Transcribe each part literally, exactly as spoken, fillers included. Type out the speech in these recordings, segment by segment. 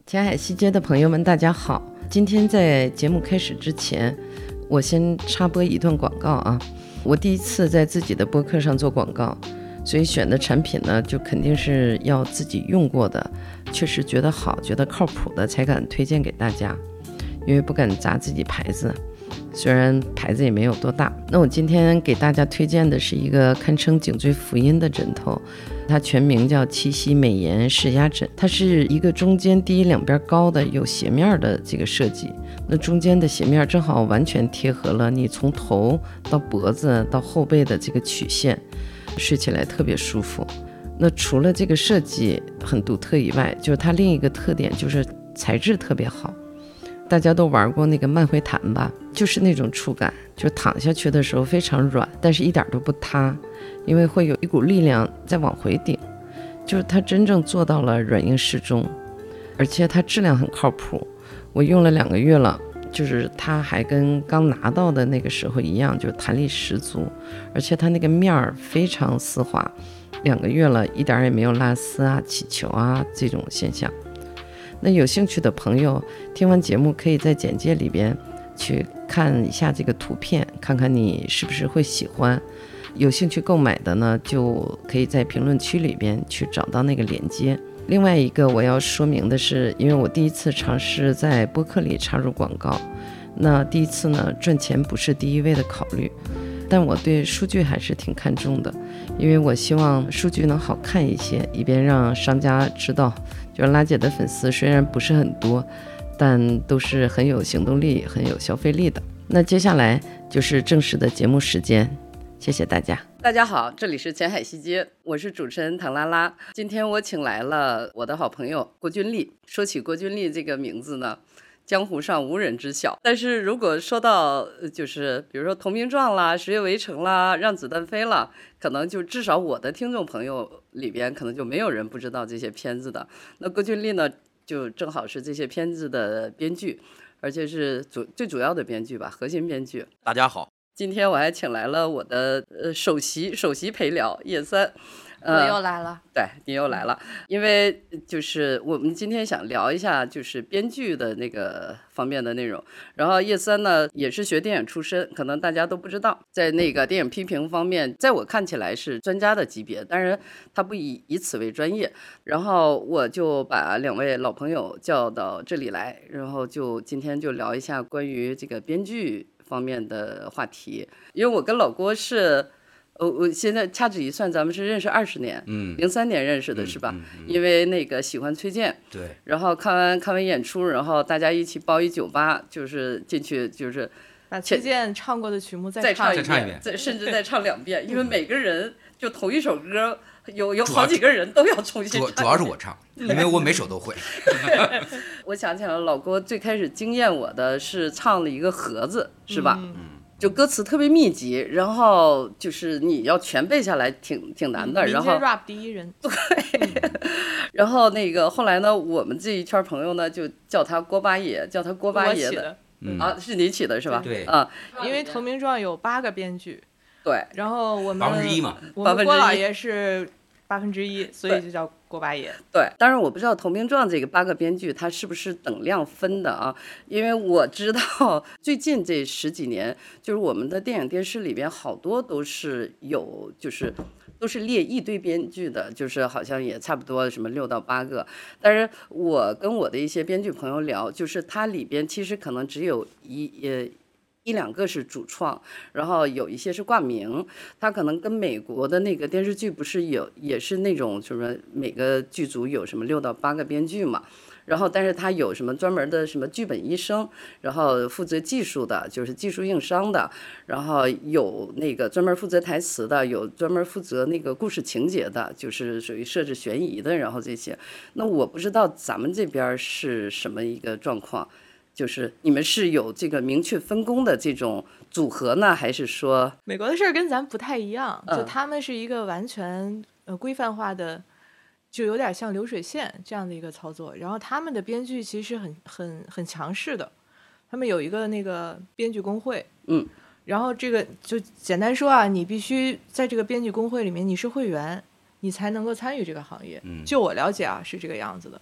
前海西街的朋友们大家好，今天在节目开始之前，我先插播一段广告啊。我第一次在自己的播客上做广告，所以选的产品呢就肯定是要自己用过的，确实觉得好觉得靠谱的才敢推荐给大家，因为不敢砸自己牌子，虽然牌子也没有多大。那我今天给大家推荐的是一个堪称颈椎福音的枕头，它全名叫七夕美颜释压枕，它是一个中间低两边高的有斜面的这个设计，那中间的斜面正好完全贴合了你从头到脖子到后背的这个曲线，睡起来特别舒服。那除了这个设计很独特以外，就是它另一个特点就是材质特别好。大家都玩过那个慢回弹吧，就是那种触感，就躺下去的时候非常软，但是一点都不塌，因为会有一股力量在往回顶，就是它真正做到了软硬适中，而且它质量很靠谱。我用了两个月了，就是它还跟刚拿到的那个时候一样，就是弹力十足，而且它那个面儿非常丝滑，两个月了一点也没有拉丝啊起球啊这种现象。那有兴趣的朋友听完节目可以在简介里边去看一下这个图片，看看你是不是会喜欢。有兴趣购买的呢，就可以在评论区里边去找到那个链接。另外一个我要说明的是，因为我第一次尝试在播客里插入广告，那第一次呢赚钱不是第一位的考虑，但我对数据还是挺看重的，因为我希望数据能好看一些，以便让商家知道就是拉姐的粉丝虽然不是很多，但都是很有行动力很有消费力的。那接下来就是正式的节目时间，谢谢大家。大家好，这里是前海西街，我是主持人唐拉拉。今天我请来了我的好朋友郭君丽。说起郭君丽这个名字呢，江湖上无人知晓，但是如果说到就是比如说投名状啦、十月围城啦、让子弹飞了，可能就至少我的听众朋友里边可能就没有人不知道这些片子的。那郭君丽呢就正好是这些片子的编剧，而且是主最主要的编剧吧，核心编剧。 大家好， 今天我还请来了我的呃首席首席陪聊叶三。 我又来了、 呃、对，你又来了。因为就是我们今天想聊一下就是编剧的那个方面的内容，然后叶三呢也是学电影出身，可能大家都不知道，在那个电影批评方面在我看起来是专家的级别，当然他不以以此为专业。然后我就把两位老朋友叫到这里来，然后就今天就聊一下关于这个编剧方面的话题。因为我跟老郭是我我现在掐指一算，咱们是认识二十年，嗯，零三年认识的是吧？嗯嗯嗯、因为那个喜欢崔健， 对， 然后看完看完演出，然后大家一起包一酒吧，就是进去就是把崔健唱过的曲目再再唱一遍， 再甚至再唱两遍，因为每个人就同一首歌，有有好几个人都要重新唱。 主主要是我唱，因为我每首都会。 我想起来了，老郭最开始惊艳我的是唱了一个盒子，是吧？嗯。就歌词特别密集，然后就是你要全背下来挺挺难的，然后 rap 第一人， 对、嗯、然后那个后来呢我们这一圈朋友呢就叫他郭八爷，叫他郭八爷的、 嗯、 啊，是你起的是吧？ 对啊， 因为投名状有八个编剧， 对， 然后我们八分之一嘛， 我们郭老爷是八分之一，所以就叫郭八爷。 对，当然我不知道投名状这个八个编剧它是不是等量分的啊？因为我知道最近这十几年，就是我们的电影电视里边好多都是有，就是都是列一堆编剧的，就是好像也差不多什么六到八个。但是我跟我的一些编剧朋友聊，就是它里边其实可能只有一呃。一两个是主创，然后有一些是挂名，他可能跟美国的那个电视剧不是有也是那种就是每个剧组有什么六到八个编剧嘛，然后但是他有什么专门的什么剧本医生，然后负责技术的就是技术硬伤的，然后有那个专门负责台词的，有专门负责那个故事情节的，就是属于设置悬疑的，然后这些。那我不知道咱们这边是什么一个状况，就是你们是有这个明确分工的这种组合呢，还是说美国的事儿跟咱不太一样？ 嗯、 就他们是一个完全呃规范化的，就有点像流水线这样的一个操作。然后他们的编剧其实很很很强势的，他们有一个那个编剧工会， 嗯， 然后这个就简单说啊，你必须在这个编剧工会里面你是会员，你才能够参与这个行业。 嗯， 就我了解啊是这个样子的。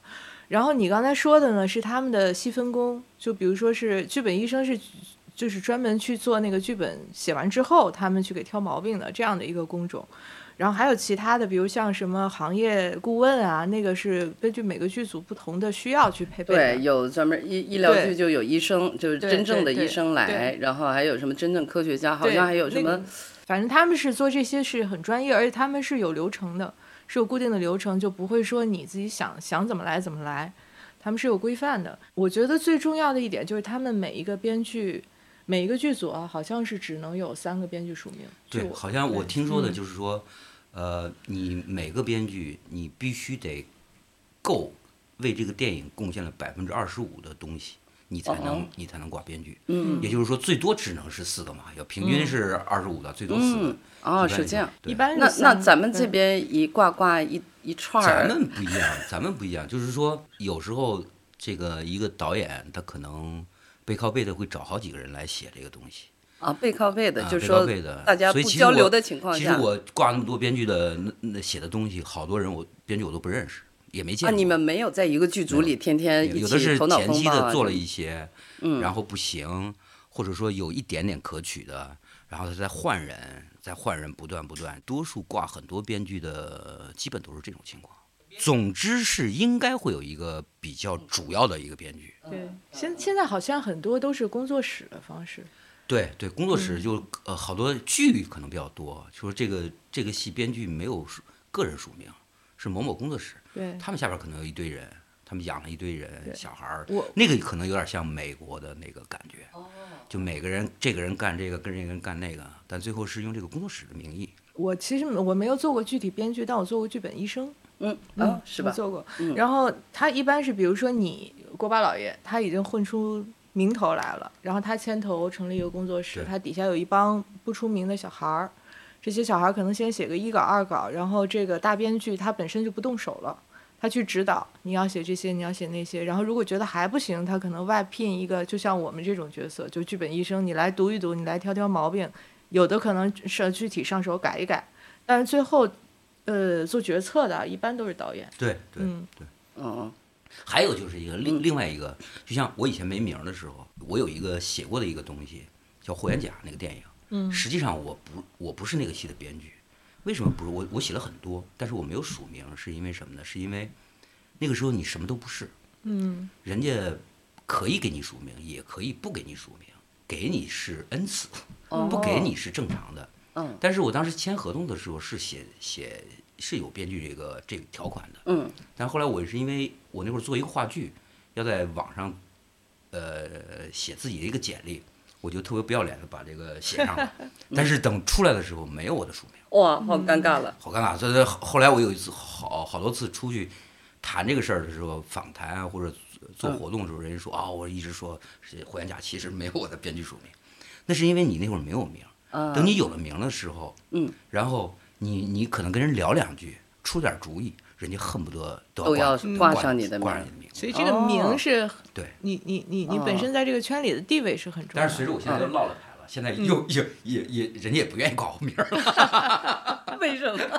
然后你刚才说的呢是他们的细分工，就比如说是剧本医生是就是专门去做那个剧本写完之后他们去给挑毛病的这样的一个工种。然后还有其他的，比如像什么行业顾问啊，那个是根据每个剧组不同的需要去配备的。 对，有专门医医疗剧就有医生，就是真正的医生来，然后还有什么真正科学家，好像还有什么、那个， 反正他们是做这些是很专业，而且他们是有流程的，是有固定的流程，就不会说你自己想想怎么来怎么来，他们是有规范的。我觉得最重要的一点就是他们每一个编剧。每一个剧组啊，好像是只能有三个编剧署名。 对，好像我听说的就是说，嗯、呃，你每个编剧你必须得够为这个电影贡献了百分之二十五的东西，你才能、哦、你才能挂编剧。嗯，也就是说最多只能是四个嘛，要平均是二十五的、嗯，最多四个。 嗯、哦，是这样。 一般那那咱们这边一挂挂一一串咱们不一样，咱们不一样，就是说有时候这个一个导演他可能。背靠背的会找好几个人来写这个东西啊，背靠背的， 啊、 就是说大家不交流的情况下， 其实我挂那么多编剧的那那写的东西，好多人我编剧我都不认识，也没见过。 啊，你们没有在一个剧组里天天一起头脑风暴啊？ 有的是前期的做了一些，嗯，然后不行，或者说有一点点可取的，然后他再换人，再换人，不断不断，多数挂很多编剧的，基本都是这种情况。总之是应该会有一个比较主要的一个编剧。 对，现现在好像很多都是工作室的方式。 对对，工作室就、嗯、呃好多剧可能比较多，就说这个这个戏编剧没有个人署名，是某某工作室。 对， 他们下边可能有一堆人，他们养了一堆人小孩儿，那个可能有点像美国的那个感觉。哦，就每个人这个人干这个，跟这个人干那个，但最后是用这个工作室的名义。 我其实我没有做过具体编剧，但我做过剧本医生。 嗯嗯、哦，是吧？ 我做过、 嗯。 然后他一般是，比如说你郭巴老爷，他已经混出名头来了，然后他牵头成立一个工作室，他底下有一帮不出名的小孩儿，这些小孩可能先写个一稿二稿，然后这个大编剧他本身就不动手了，他去指导你要写这些，你要写那些，然后如果觉得还不行，他可能外聘一个，就像我们这种角色，就剧本医生，你来读一读，你来挑挑毛病，有的可能是具体上手改一改，但是最后。呃，做决策的一般都是导演。 对对、 嗯、 对， 嗯， 还有就是一个另另外一个，就像我以前没名的时候，我有一个写过的一个东西叫《霍元甲》那个电影。 嗯， 实际上我不我不是那个戏的编剧，为什么不是？我我写了很多，但是我没有署名，是因为什么呢？是因为那个时候你什么都不是。 嗯， 人家可以给你署名，也可以不给你署名，给你是恩赐， 哦、 不给你是正常的。 嗯， 但是我当时签合同的时候是写写是有编剧这个这个条款的。 嗯， 但后来我是因为我那会儿做一个话剧，要在网上，呃，写自己的一个简历，我就特别不要脸的把这个写上了。但是等出来的时候没有我的署名， 哇，好尴尬了， 好尴尬。这这后来我有一次好好多次出去谈这个事儿的时候，访谈啊或者做活动的时候，人家说啊、哦，我一直说是霍元甲，其实没有我的编剧署名，那是因为你那会儿没有名。等你有了名的时候， 嗯， 然后你你可能跟人聊两句，出点主意，人家恨不得都要挂上你的名， 所以这个名是， 哦、对， 你你你你本身在这个圈里的地位是很重要的。 但是随着我现在都落了牌了，嗯、现在又也也也人家也不愿意挂我名了， 为什么？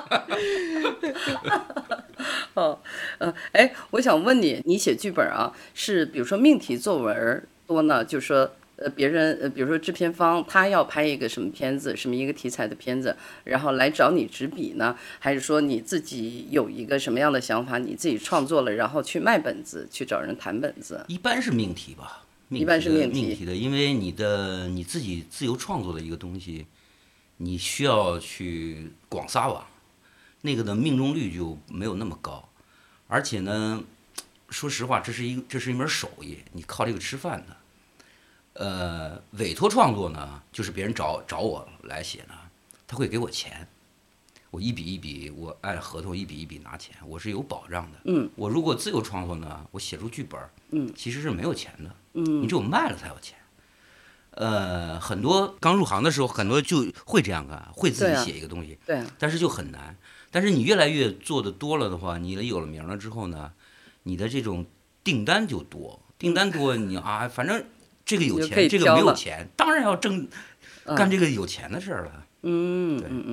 哦，呃，哎，我想问你，你写剧本啊，是比如说命题作文多呢，就是说。呃，别人呃，比如说制片方他要拍一个什么片子，什么一个题材的片子，然后来找你执笔呢？还是说你自己有一个什么样的想法，你自己创作了，然后去卖本子，去找人谈本子？ 一般是命题吧，命题一般是命题命题的，因为你的你自己自由创作的一个东西，你需要去广撒网，那个的命中率就没有那么高，而且呢，说实话，这是一这是一门手艺，你靠这个吃饭的。呃，委托创作呢，就是别人找找我来写呢，他会给我钱，我一笔一笔，我按合同一笔一笔拿钱，我是有保障的。 嗯， 我如果自由创作呢，我写出剧本， 嗯， 其实是没有钱的。 嗯， 你只有卖了才有钱。呃，很多刚入行的时候，很多就会这样干，会自己写一个东西， 对啊， 但是就很难。但是你越来越做的多了的话，你有了名了之后呢，你的这种订单就多，订单多，你啊，反正。这个有钱，这个没有钱，当然要挣，干这个有钱的事儿了。 嗯嗯嗯，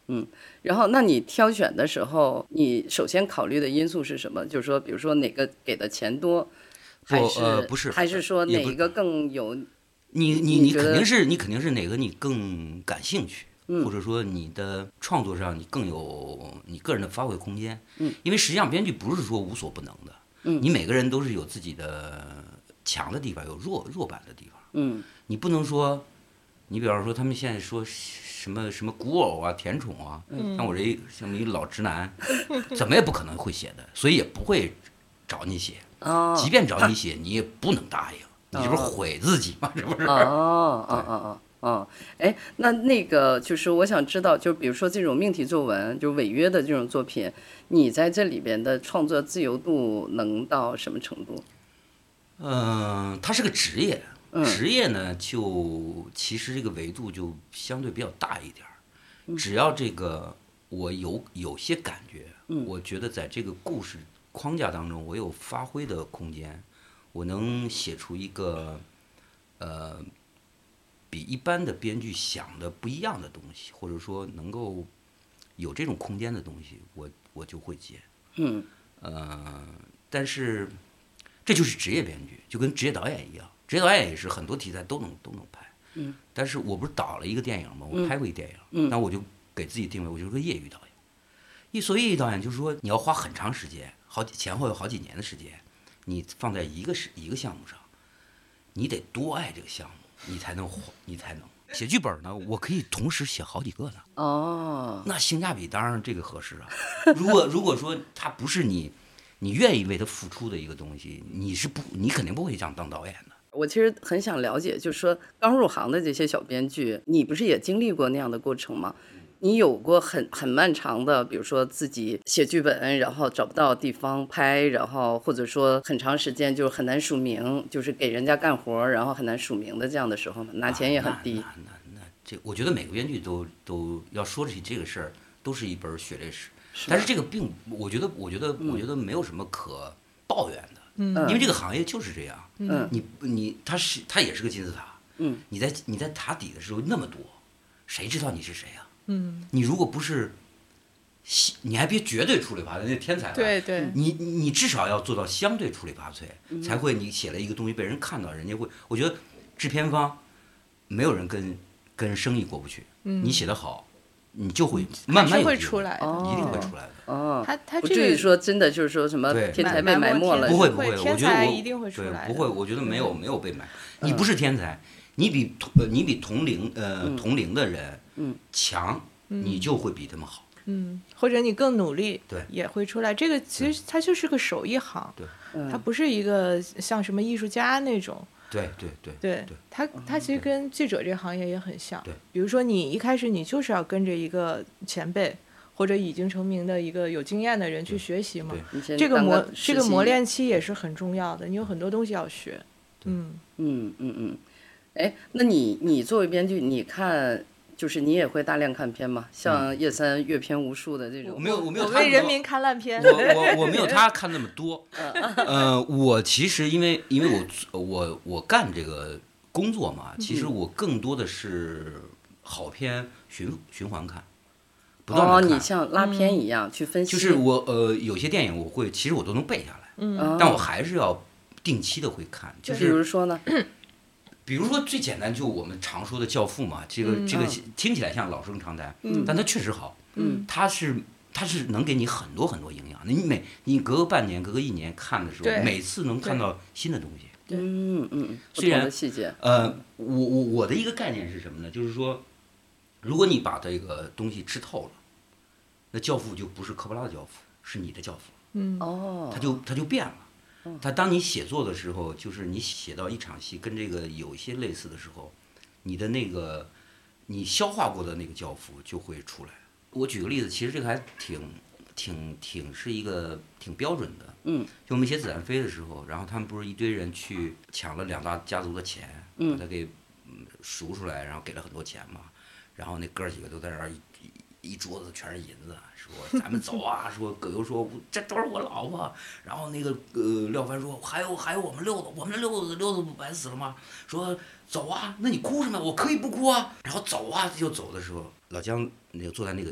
嗯，然后那你挑选的时候，你首先考虑的因素是什么？就是说，比如说哪个给的钱多，还不是、 呃不是还是说也不哪一个更有？ 你你你觉得你肯定是你肯定是哪个你更感兴趣， 嗯或者说你的创作上你更有你个人的发挥空间。 嗯， 因为实际上编剧不是说无所不能的。 嗯， 你每个人都是有自己的强的地方，有弱弱板的地方。 嗯你不能说，你比方说他们现在说什么什么古偶啊、甜宠啊， 嗯像我这一像我一老直男，怎么也不可能会写的，所以也不会找你写。 哦即便找你写，你也不能答应，你这不是毁自己吗？这不是？ 哦哦哦哦哦，哎，那那个就是我想知道，就比如说这种命题作文，就违约的这种作品，你在这里边的创作自由度能到什么程度？ 嗯、它是个职业， 嗯职业呢就其实这个维度就相对比较大一点儿。只要这个我有有些感觉， 嗯我觉得在这个故事框架当中，我有发挥的空间，我能写出一个呃比一般的编剧想的不一样的东西，或者说能够有这种空间的东西，我我就会接。 嗯呃，但是这就是职业编剧，就跟职业导演一样，职业导演也是很多题材都能都能拍。 嗯， 但是我不是导了一个电影吗？我拍过一电影， 嗯那我就给自己定位，我就是个业余导演。一所谓业余导演，就是说你要花很长时间，好几前后有好几年的时间，你放在一个是一个项目上，你得多爱这个项目，你才能你才能写剧本呢。我可以同时写好几个呢。 哦， 那性价比当然这个合适啊。如果如果说它不是你你愿意为它付出的一个东西，你是不你肯定不会想当导演的。 我其实很想了解，就是说刚入行的这些小编剧，你不是也经历过那样的过程吗？你有过很很漫长的，比如说自己写剧本，然后找不到地方拍，然后或者说很长时间就是很难署名，就是给人家干活，然后很难署名的这样的时候吗？拿钱也很低。 啊、那那那那这，我觉得每个编剧都都要说起这个事儿，都是一本血泪史。但是这个并，我觉得，我觉得，我觉得没有什么可抱怨的， 嗯因为这个行业就是这样。 嗯你你它是它也是个金字塔， 嗯， 你在你在塔底的时候那么多，谁知道你是谁啊？ 嗯， 你如果不是，你还别绝对出类拔萃，那天才了。 对对， 你你至少要做到相对出类拔萃， 嗯才会你写了一个东西被人看到，人家会。我觉得制片方没有人跟跟生意过不去， 嗯你写得好，你就会慢慢有会机出来的一定会出来的。 哦， 他他不至于这个说真的就是说什么对天才被埋埋没了。 不会不会， 会天我觉得我才一定会出来的对不会，我觉得没有没有被买。 嗯你不是天才，你比同呃你比同龄呃嗯同龄的人嗯强，你就会比他们好。 嗯，或者你更努力， 对也会出来。这个其实它就是个手艺行， 对， 它不是一个像什么艺术家那种。 对对对对对， 它它其实跟记者这个行业也很像。 对， 比如说你一开始你就是要跟着一个前辈或者已经成名的一个有经验的人去学习嘛。 你先这个磨当实习这个磨练期也是很重要的，你有很多东西要学。嗯嗯嗯嗯，哎，那你你作为编剧，你看就是你也会大量看片吗？像叶三阅片无数的这种。 我没有我没有我他那么多为人民看烂片。 我我我没有他看那么多。呃，我其实因为因为我我我干这个工作嘛，其实我更多的是好片循循环看，不断哦， 的看。 你像拉片一样、去分析。 就是我呃有些电影我会，其实我都能背下来， 嗯但我还是要定期的会看。就比是如说呢？ 比如说最简单，就我们常说的《教父》嘛，这个这个听起来像老生常谈，但它确实好。 嗯， 它是它是能给你很多很多营养。你每你隔个半年、隔个一年看的时对候，每次能看到新的东西。 嗯嗯嗯，不虽然同的细节。 呃，我我我的一个概念是什么呢？就是说，如果你把这个东西吃透了，那教父就不是科波拉的教父，是你的教父， 嗯哦， 他就他就变了。他当你写作的时候，就是你写到一场戏跟这个有一些类似的时候，你的那个你消化过的那个教父就会出来。我举个例子，其实这个还挺挺挺是一个挺标准的。 嗯， 就我们写《子弹飞》的时候，然后他们不是一堆人去抢了两大家族的钱，把他给嗯赎出来，然后给了很多钱嘛，然后那哥儿几个都在那儿一一一桌子全是银子，说咱们走啊，说葛优说这都是我老婆，然后那个呃廖凡说还有还有我们六子，我们六子六子不白死了吗？说走啊，那你哭什么？我可以不哭啊。然后走啊，就走的时候，老姜那个坐在那个角，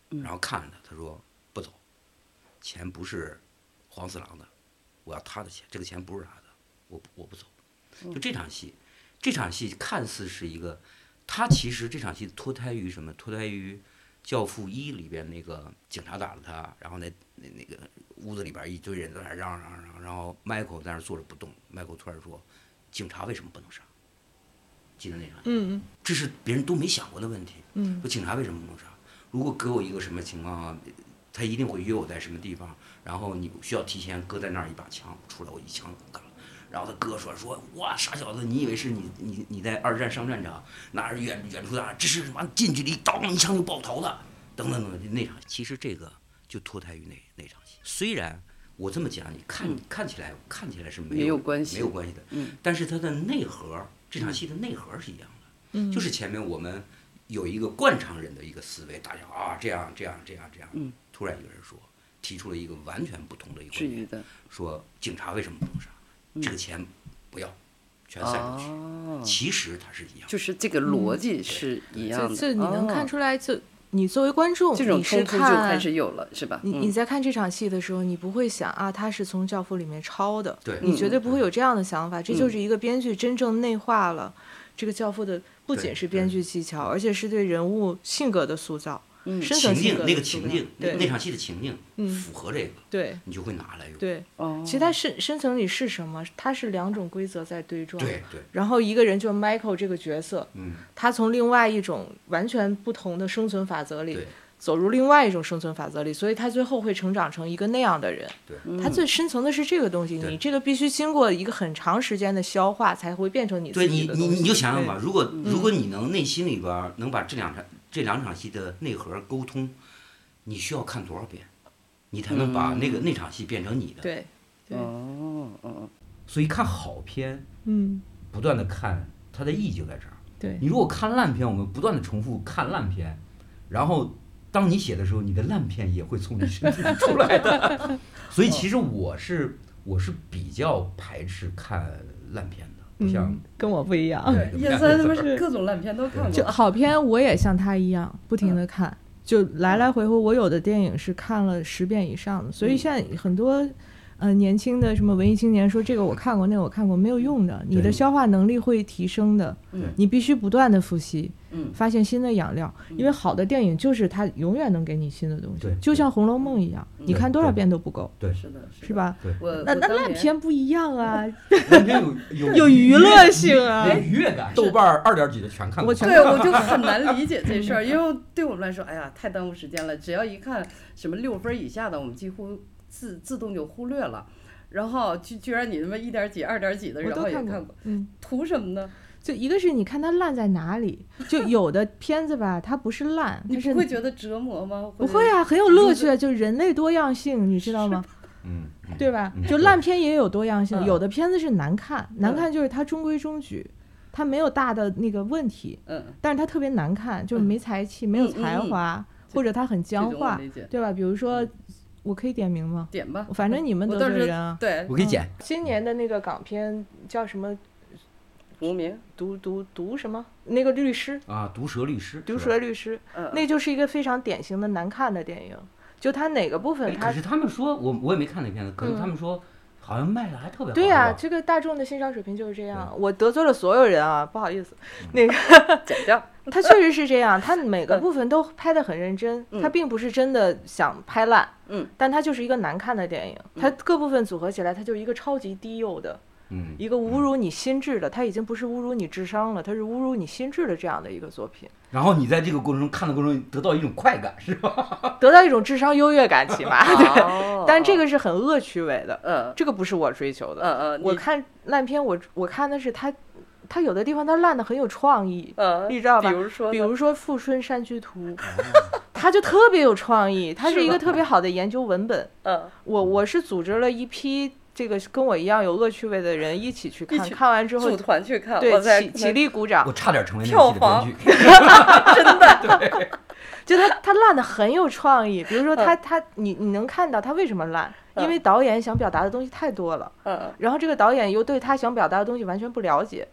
然后看着他，他说不走，钱不是黄四郎的，我要他的钱，这个钱不是他的，我我不走。就这场戏，这场戏看似是一个，他其实这场戏脱胎于什么？脱胎于《教父一》里边那个警察打了他，然后那那那个屋子里边一堆人在那嚷嚷嚷，然后 Michael 在那坐着不动 ，Michael 突然说：“警察为什么不能杀？”记得那场戏， 嗯这是别人都没想过的问题。 嗯说警察为什么不能杀？如果给我一个什么情况啊，他一定会约我在什么地方，然后你需要提前搁在那儿一把枪，出来我一枪干了。然后他哥说说哇傻小子，你以为是你你你在二战上战场，拿着远远处的，这是什么近距离当一枪就爆头的，等等等那场，其实这个就脱胎于那那场戏。虽然我这么讲，你看、嗯、看起来看起来是没有没有关系没有关系的， 嗯， 但是它的内核，这场戏的内核是一样的， 嗯， 就是前面我们有一个惯常人的一个思维，大家啊这样这样这样这样， 嗯， 突然一个人说，提出了一个完全不同的一个观点，说警察为什么不能杀？这个钱不要，全塞出去。 哦、 其实它是一样， 就是这个逻辑是一样的。 这这你能看出来，就你作为观众， 这种冲突就开始有了，是吧？ 你你在看这场戏的时候，你不会想啊，他是从《教父》里面抄的， 对， 你绝对不会有这样的想法。这就是一个编剧真正内化了这个《教父》的，不仅是编剧技巧，而且是对人物性格的塑造。嗯， 情境那个情境，那那场戏的情境， 嗯， 符合这个， 对， 你就会拿来用。 对， 哦， 其实它深深层里是什么？它是两种规则在对撞。 对对。 然后一个人就是 Michael 这个角色， 嗯， 他从另外一种完全不同的生存法则里走入另外一种生存法则里，所以他最后会成长成一个那样的人。 对， 他最深层的是这个东西，你这个必须经过一个很长时间的消化，才会变成你自己的东西。 对你，你你就想想吧，如果如果你能内心里边能把这两场这两场戏的内核沟通。你需要看多少遍，你才能把那个、嗯、那场戏变成你的？ 对，对， 哦哦， 所以看好片， 嗯， 不断的看，它的意义就在这儿。 对， 你如果看烂片，我们不断的重复看烂片，然后当你写的时候，你的烂片也会从你身体里出来的。所以其实我是我是比较排斥看烂片的。不像、 嗯、跟我不一样， 叶三他们是各种烂片都看过， 就好片我也像他一样不停的看。嗯，就来来回回，我有的电影是看了十遍以上的，所以现在很多，呃，年轻的什么文艺青年说这个我看过，那个我看过，没有用的，你的消化能力会提升的，你必须不断的复习，发现新的养料，因为好的电影就是它永远能给你新的东西，就像《红楼梦》一样，你看多少遍都不够， 对， 是的， 是吧？ 对， 那那烂片不一样啊， 烂片有有有娱乐性啊， 有愉悦感，豆瓣二点几的全看过， 对，我就很难理解这事儿，因为对我们来说，哎呀，太耽误时间了。只要一看什么六分以下的，我们几乎自自动就忽略了。然后居居然你他妈一点几、二点几的，然后也看过， 嗯， 图什么呢？ 就一个是你看它烂在哪里，就有的片子吧，它不是烂， 你不会觉得折磨吗？ 不会啊，很有乐趣，就人类多样性，你知道吗？ 嗯， 对吧？就烂片也有多样性，有的片子是难看，难看就是它中规中矩，它没有大的那个问题， 嗯， 但是它特别难看，就是没才气，没有才华，或者它很僵化，对吧？比如说。我可以点名吗？ 点吧， 反正你们得罪人啊。 对， 我可以剪。 今年的那个港片叫什么？ 无名。 毒毒毒什么？那个律师啊，毒舌律师。 毒舌律师， 嗯， 那就是一个非常典型的难看的电影。就他哪个部分他？ 可是他们说，我我也没看那片子，可是他们说。好像卖的还特别好。 对呀、啊，这个大众的欣赏水平就是这样。我得罪了所有人啊，不好意思。嗯、那个剪掉。 他确实是这样，他每个部分都拍得很认真， 嗯、 他并不是真的想拍烂， 嗯， 但他就是一个难看的电影， 嗯、 他各部分组合起来，他就是一个超级低幼的。 嗯， 一个侮辱你心智的，它已经不是侮辱你智商了，它是侮辱你心智的这样的一个作品。 然后你在这个过程中看的过程中得到一种快感，是吧？ 得到一种智商优越感，起码。 哦、 但这个是很恶趣味的， 嗯， 这个不是我追求的。 嗯嗯， 我看烂片，我我看的是它，它有的地方它烂的很有创意， 嗯， 你知道吧？ 比如说， 比如说《富春山居图》，它就特别有创意，它是一个特别好的研究文本。 嗯， 我我是组织了一批。这个跟我一样有恶趣味的人一起去看，看完之后组团去看， 对，起起立鼓掌。 我差点成为那票房， 真的， 对， 就他他烂的很有创意。比如说他他你你能看到他为什么烂，因为导演想表达的东西太多了， 嗯， 然后这个导演又对他想表达的东西完全不了解。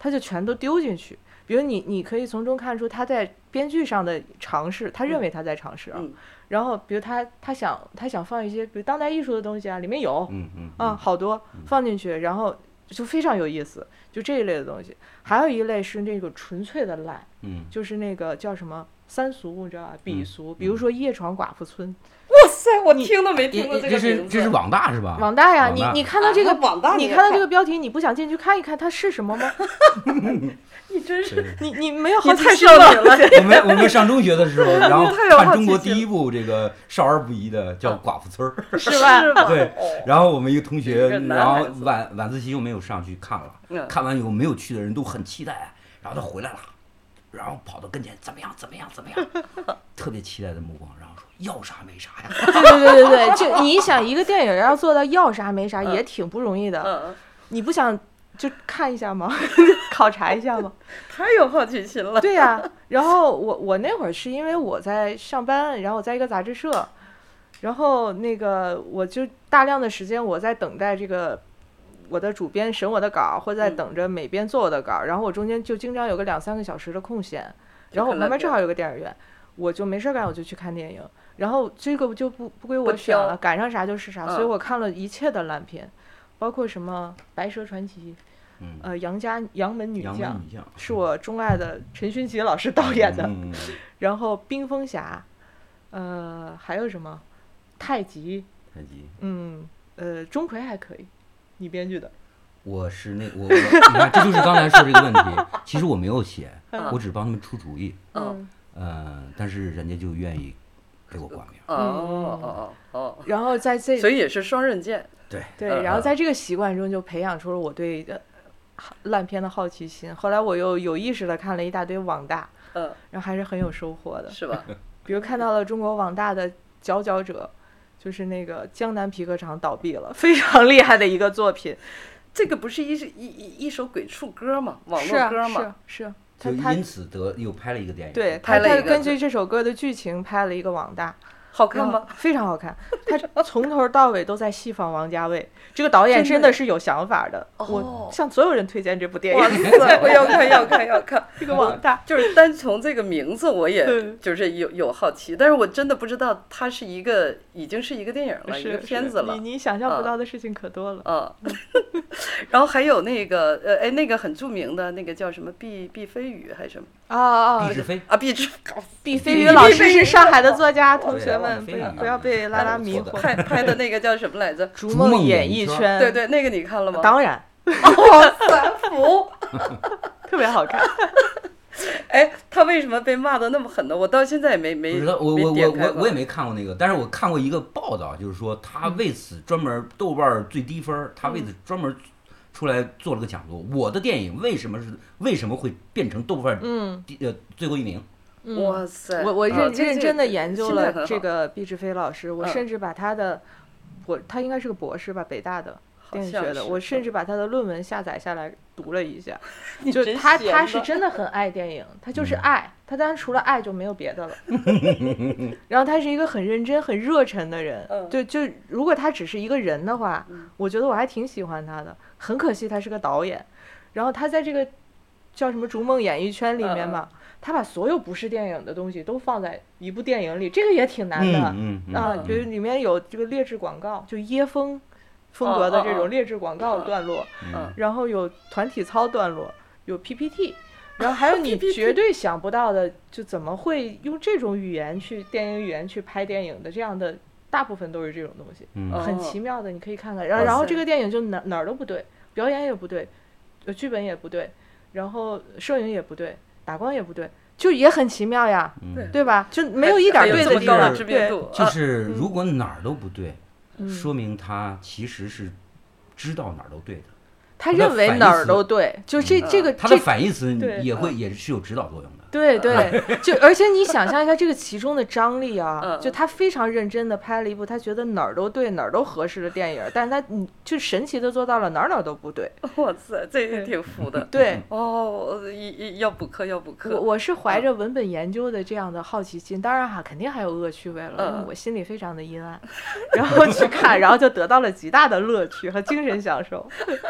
他就全都丢进去。比如你你可以从中看出他在编剧上的尝试，他认为他在尝试啊。 嗯、 然后比如他他想他想放一些比如当代艺术的东西啊，里面有， 嗯嗯啊好多放进去，然后就非常有意思，就这一类的东西。还有一类是那个纯粹的烂， 嗯， 就是那个叫什么三俗，你知道吧？鄙俗，比如说《夜闯寡妇村》。 哇塞，我听都没听过这个这是名字。 这是网大是吧？ 网大呀，你你看到这个、 啊、网大你看到这个标题，你不想进去看一看它是什么吗？ 你真是你你没有好奇心了。 我们我们上中学的时候，然后看中国第一部这个少儿不宜的叫《寡妇村》， 是吧？ 对。然后我们一个同学，然后晚晚自习又没有上去看了， 嗯、 看完以后没有去的人都很期待，然后他回来了。然后跑到跟前，怎么样？怎么样？怎么样？特别期待的目光，然后说要啥没啥呀。 对对对对对，就你想一个电影要做到要啥没啥，也挺不容易的。 嗯、 你不想就看一下吗？考察一下吗？ 太有好奇心了。 对呀、啊，然后我我那会儿是因为我在上班，然后我在一个杂志社，然后那个我就大量的时间我在等待这个。我的主编审我的稿，或在等着美编做我的稿、嗯，然后我中间就经常有个两三个小时的空闲，然后我旁边正好有个电影院，我就没事干，我就去看电影，然后这个就不不归我选了，赶上啥就是啥、嗯，所以我看了一切的烂片，包括什么《白蛇传奇》， 嗯， 呃，杨家杨门女将， 女将是我钟爱的陈勋奇老师导演的， 嗯、 然后《冰封侠》，呃，还有什么太极， 太极， 嗯，呃，钟馗还可以。你编剧的， 我是那我，我你看，这就是刚才说这个问题。其实我没有写， 嗯、 我只是帮他们出主意。 嗯， 呃，但是人家就愿意给我挂名。 哦哦哦哦。 然后在这， 所以也是双刃剑。 对对，然后在这个习惯中就培养出了我对烂片的好奇心。后来我又有意识的看了一大堆网大， 嗯， 然后还是很有收获的， 是吧？ 比如看到了中国网大的佼佼者。就是那个江南皮革厂倒闭了，非常厉害的一个作品。 这个不是一一一一首鬼畜歌吗？网络歌吗？ 是啊， 是啊，就因此得又拍了一个电影。 对， 拍了一个， 他根据这首歌的剧情拍了一个网大。 好看吗？ 非常好看，他从头到尾都在戏仿王家卫。这个导演真的是有想法的。 的我向所有人推荐这部电影。 哇塞，我要看，要看，要看。 这个网大就是单从这个名字，我也就是有有好奇，但是我真的不知道它是一个已经是一个电影了，一个片子了。 你你想象不到的事情可多了。 嗯。然后还有那个呃哎那个很著名的那个叫什么毕毕飞宇还是什么？ 啊啊！ 毕志飞啊，毕志毕飞宇老师是上海的作家，同学们不要不要被拉拉迷惑。 拍拍的那个叫什么来着？《 逐梦演艺圈》。 对对，那个你看了吗？ 当然。 哇塞，服！ 特别好看。 哎，他为什么被骂的那么狠呢？我到现在也没没不知道，我我我我我也没看过那个，但是我看过一个报道，就是说他为此专门豆瓣最低分，他为此专门出来做了个讲座。我的电影为什么是为什么会变成豆瓣嗯呃最后一名？ 嗯、 哇塞！ 我我认、 啊、 认真的研究了这个毕志飞老师， 嗯、 我甚至把他的，我他应该是个博士吧，北大的电影学的，我甚至把他的论文下载下来读了一下。就他他是真的很爱电影，他就是爱，他当然除了爱就没有别的了。然后他是一个很认真、很热忱的人。 嗯、 就就如果他只是一个人的话， 嗯、 我觉得我还挺喜欢他的。很可惜他是个导演，然后他在这个叫什么逐梦演艺圈里面嘛。嗯他把所有不是电影的东西都放在一部电影里，这个也挺难的、 嗯嗯、 啊。比如里面有这个劣质广告，就椰风风格的这种劣质广告段落， 嗯、 然后有团体操段落，有 P P T， 然后还有你绝对想不到的，就怎么会用这种语言去电影语言去拍电影的，这样的大部分都是这种东西， 嗯、 很奇妙的，你可以看看。然后然后这个电影就哪哪儿都不对，表演也不对，呃，剧本也不对，然后摄影也不对。打光也不对，就也很奇妙呀， 嗯、 对吧？就没有一点对的地方。 对， 就是如果哪儿都不对， 嗯、 说明他其实是知道哪儿都对的。 他认为哪儿都对，就这、 嗯、 这个他的反义词也会、 嗯、 也是有指导作用的。 对对，就而且你想象一下这个其中的张力啊， 嗯、 就他非常认真的拍了一部他觉得哪儿都对哪儿都合适的电影，但是他你就神奇的做到了哪儿哪儿都不对。 哇塞，这也挺服的。 对， 哦，一要补课要补课。 我我是怀着文本研究的这样的好奇心，嗯、当然哈，肯定还有恶趣味了， 嗯、 因为我心里非常的阴暗，然后去看，然后就得到了极大的乐趣和精神享受。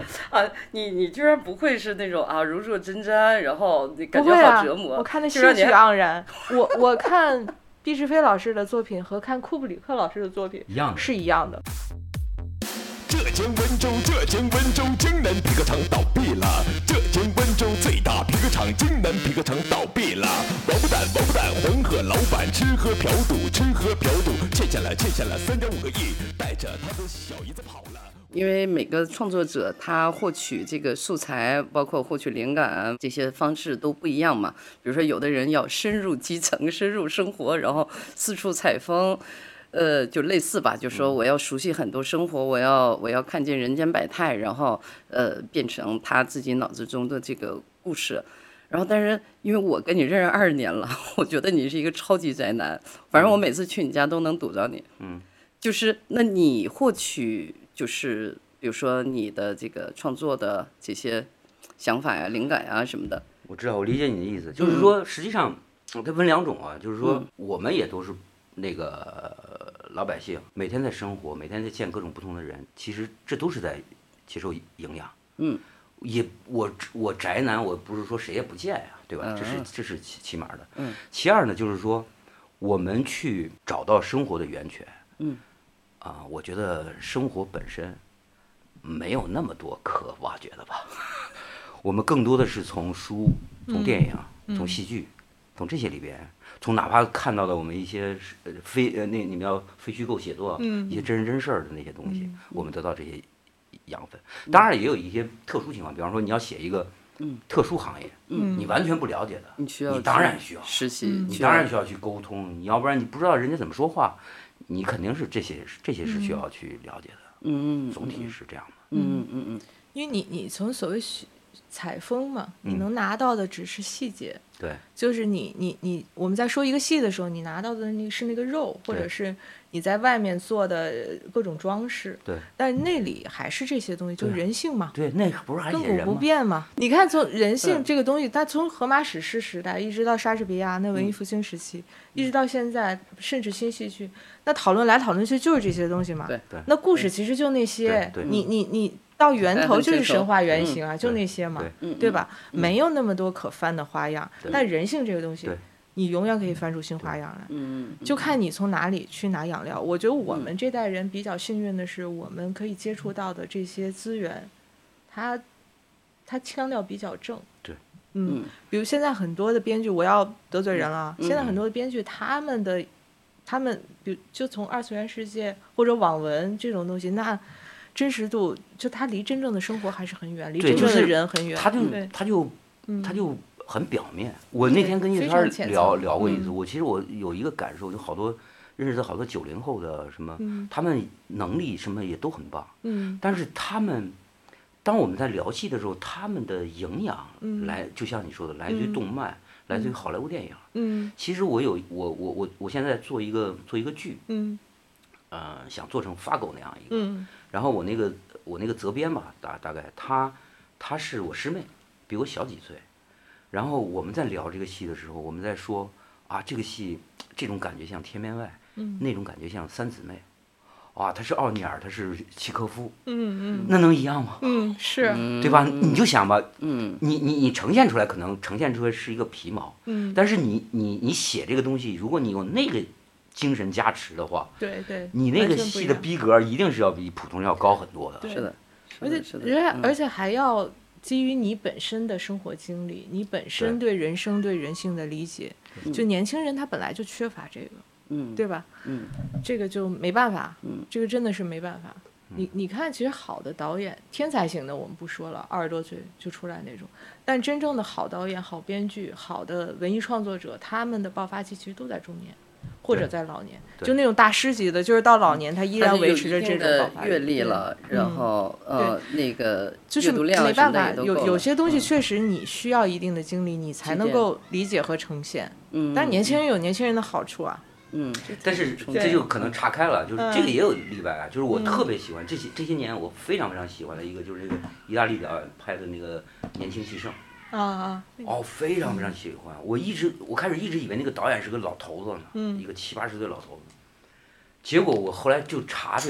啊，你你居然不会是那种啊如坐针毡，然后你感觉不会啊好折磨。 我看的就让你兴趣盎然。我我看毕志飞老师的作品和看库布里克老师的作品一样的是一样的。 浙江温州，浙江温州江南皮革厂倒闭了。浙江温州最大皮革厂江南皮革厂倒闭了。王八蛋，王八蛋，黄河老板吃喝嫖赌，吃喝嫖赌，欠下了欠下了三点五个亿，带着他的小姨子跑了。 因为每个创作者他获取这个素材，包括获取灵感这些方式都不一样嘛。比如说，有的人要深入基层、深入生活，然后四处采风。呃，就类似吧，就说我要熟悉很多生活，我要我要看见人间百态，然后呃变成他自己脑子中的这个故事。然后，但是因为我跟你认识二十年了，我觉得你是一个超级宅男。反正我每次去你家都能堵着你。 嗯， 就是那你获取就是比如说你的这个创作的这些想法呀、灵感呀什么的。 我知道，我理解你的意思，就是说，实际上我可以分两种啊，就是说，我们也都是那个老百姓，每天在生活，每天在见各种不同的人，其实这都是在接受营养。 嗯， 也我我宅男，我不是说谁也不见呀，对吧？ 嗯这是这是起起码的。 嗯。 其二呢，就是说，我们去找到生活的源泉。 嗯。 啊，我觉得生活本身没有那么多可挖掘的吧。我们更多的是从书、从电影、 嗯、 从戏剧、从这些里边，从哪怕看到的我们一些呃非呃那你们要非虚构写作， 嗯、 一些真人真事儿的那些东西， 嗯、 我们得到这些养分。当然也有一些特殊情况，比方说你要写一个特殊行业， 嗯、 你完全不了解的， 你需要你当然需要实习， 嗯、 你当然需要去沟通，你要不然你不知道人家怎么说话，你肯定是这些这些是需要去了解的。 嗯， 总体是这样的。 嗯嗯嗯， 因为你你从所谓采风嘛， 嗯、 你能拿到的只是细节。 对， 就是你你你，我们在说一个戏的时候，你拿到的那是那个肉，或者是你在外面做的各种装饰。 对， 但是那里还是这些东西，就是人性嘛。 对，那不是还亘古不变嘛。你看，从人性这个东西，它从荷马史诗时代一直到莎士比亚那文艺复兴时期， 嗯、 一直到现在，甚至新戏剧，那讨论来讨论去就是这些东西嘛。 对对。 那故事其实就那些， 对对你你你。到源头就是神话原型啊， 嗯、 就那些嘛， 对, 对吧？嗯、没有那么多可翻的花样，但人性这个东西，你永远可以翻出新花样来。 嗯， 就看你从哪里去拿养料。我觉得我们这代人比较幸运的是，我们可以接触到的这些资源，它它腔调比较正。 对， 嗯，比如现在很多的编剧，我要得罪人了。 嗯、 现在很多的编剧，他们的他们，比如就从二次元世界或者网文这种东西，那。真实度就他离真正的生活还是很远，离真正的人很远。 他就他就他就很表面。我那天跟叶三聊聊过一次，我其实我有一个感受，就好多认识的好多九零后的什么，他们能力什么也都很棒。 嗯。 但是他们，当我们在聊戏的时候，他们的营养来，就像你说的，来自于动漫，来自于好莱坞电影。 嗯。 其实我有我我我我现在做一个做一个剧。 嗯。 呃，想做成发狗那样一个。 嗯。 然后我那个我那个责编吧，大大概她她是我师妹，比我小几岁。然后我们在聊这个戏的时候，我们在说啊，这个戏这种感觉像天边外， 嗯， 那种感觉像三姊妹，啊，她是奥尼尔，她是契诃夫， 嗯嗯， 那能一样吗？ 嗯，是， 对吧？你就想吧， 嗯， 你你你呈现出来可能呈现出来是一个皮毛， 嗯， 但是你你你写这个东西，如果你有那个精神加持的话， 对对， 你那个戏的逼格一定是要比普通人要高很多的。 是的， 而且而且而且还要基于你本身的生活经历，你本身对人生对人性的理解，就年轻人他本来就缺乏这个， 嗯， 对吧？ 嗯， 这个就没办法， 嗯， 这个真的是没办法。你你看，其实好的导演，天才型的我们不说了，二十多岁就出来那种，但真正的好导演、好编剧、好的文艺创作者，他们的爆发期其实都在中年。或者在老年，就那种大师级的，就是到老年他依然维持着这种爆发力。 阅历了，然后呃那个就是没办法，有有些东西确实你需要一定的经历，你才能够理解和呈现。 嗯， 但年轻人有年轻人的好处啊。 嗯， 但是这就可能岔开了，就是这个也有例外啊。就是我特别喜欢这些这些年我非常非常喜欢的一个，就是这个意大利导演拍的那个《年轻气盛》。 啊啊！ 哦，非常非常喜欢。我一直我开始一直以为那个导演是个老头子呢， 嗯， 一个七八十岁老头子。结果我后来就查这个人，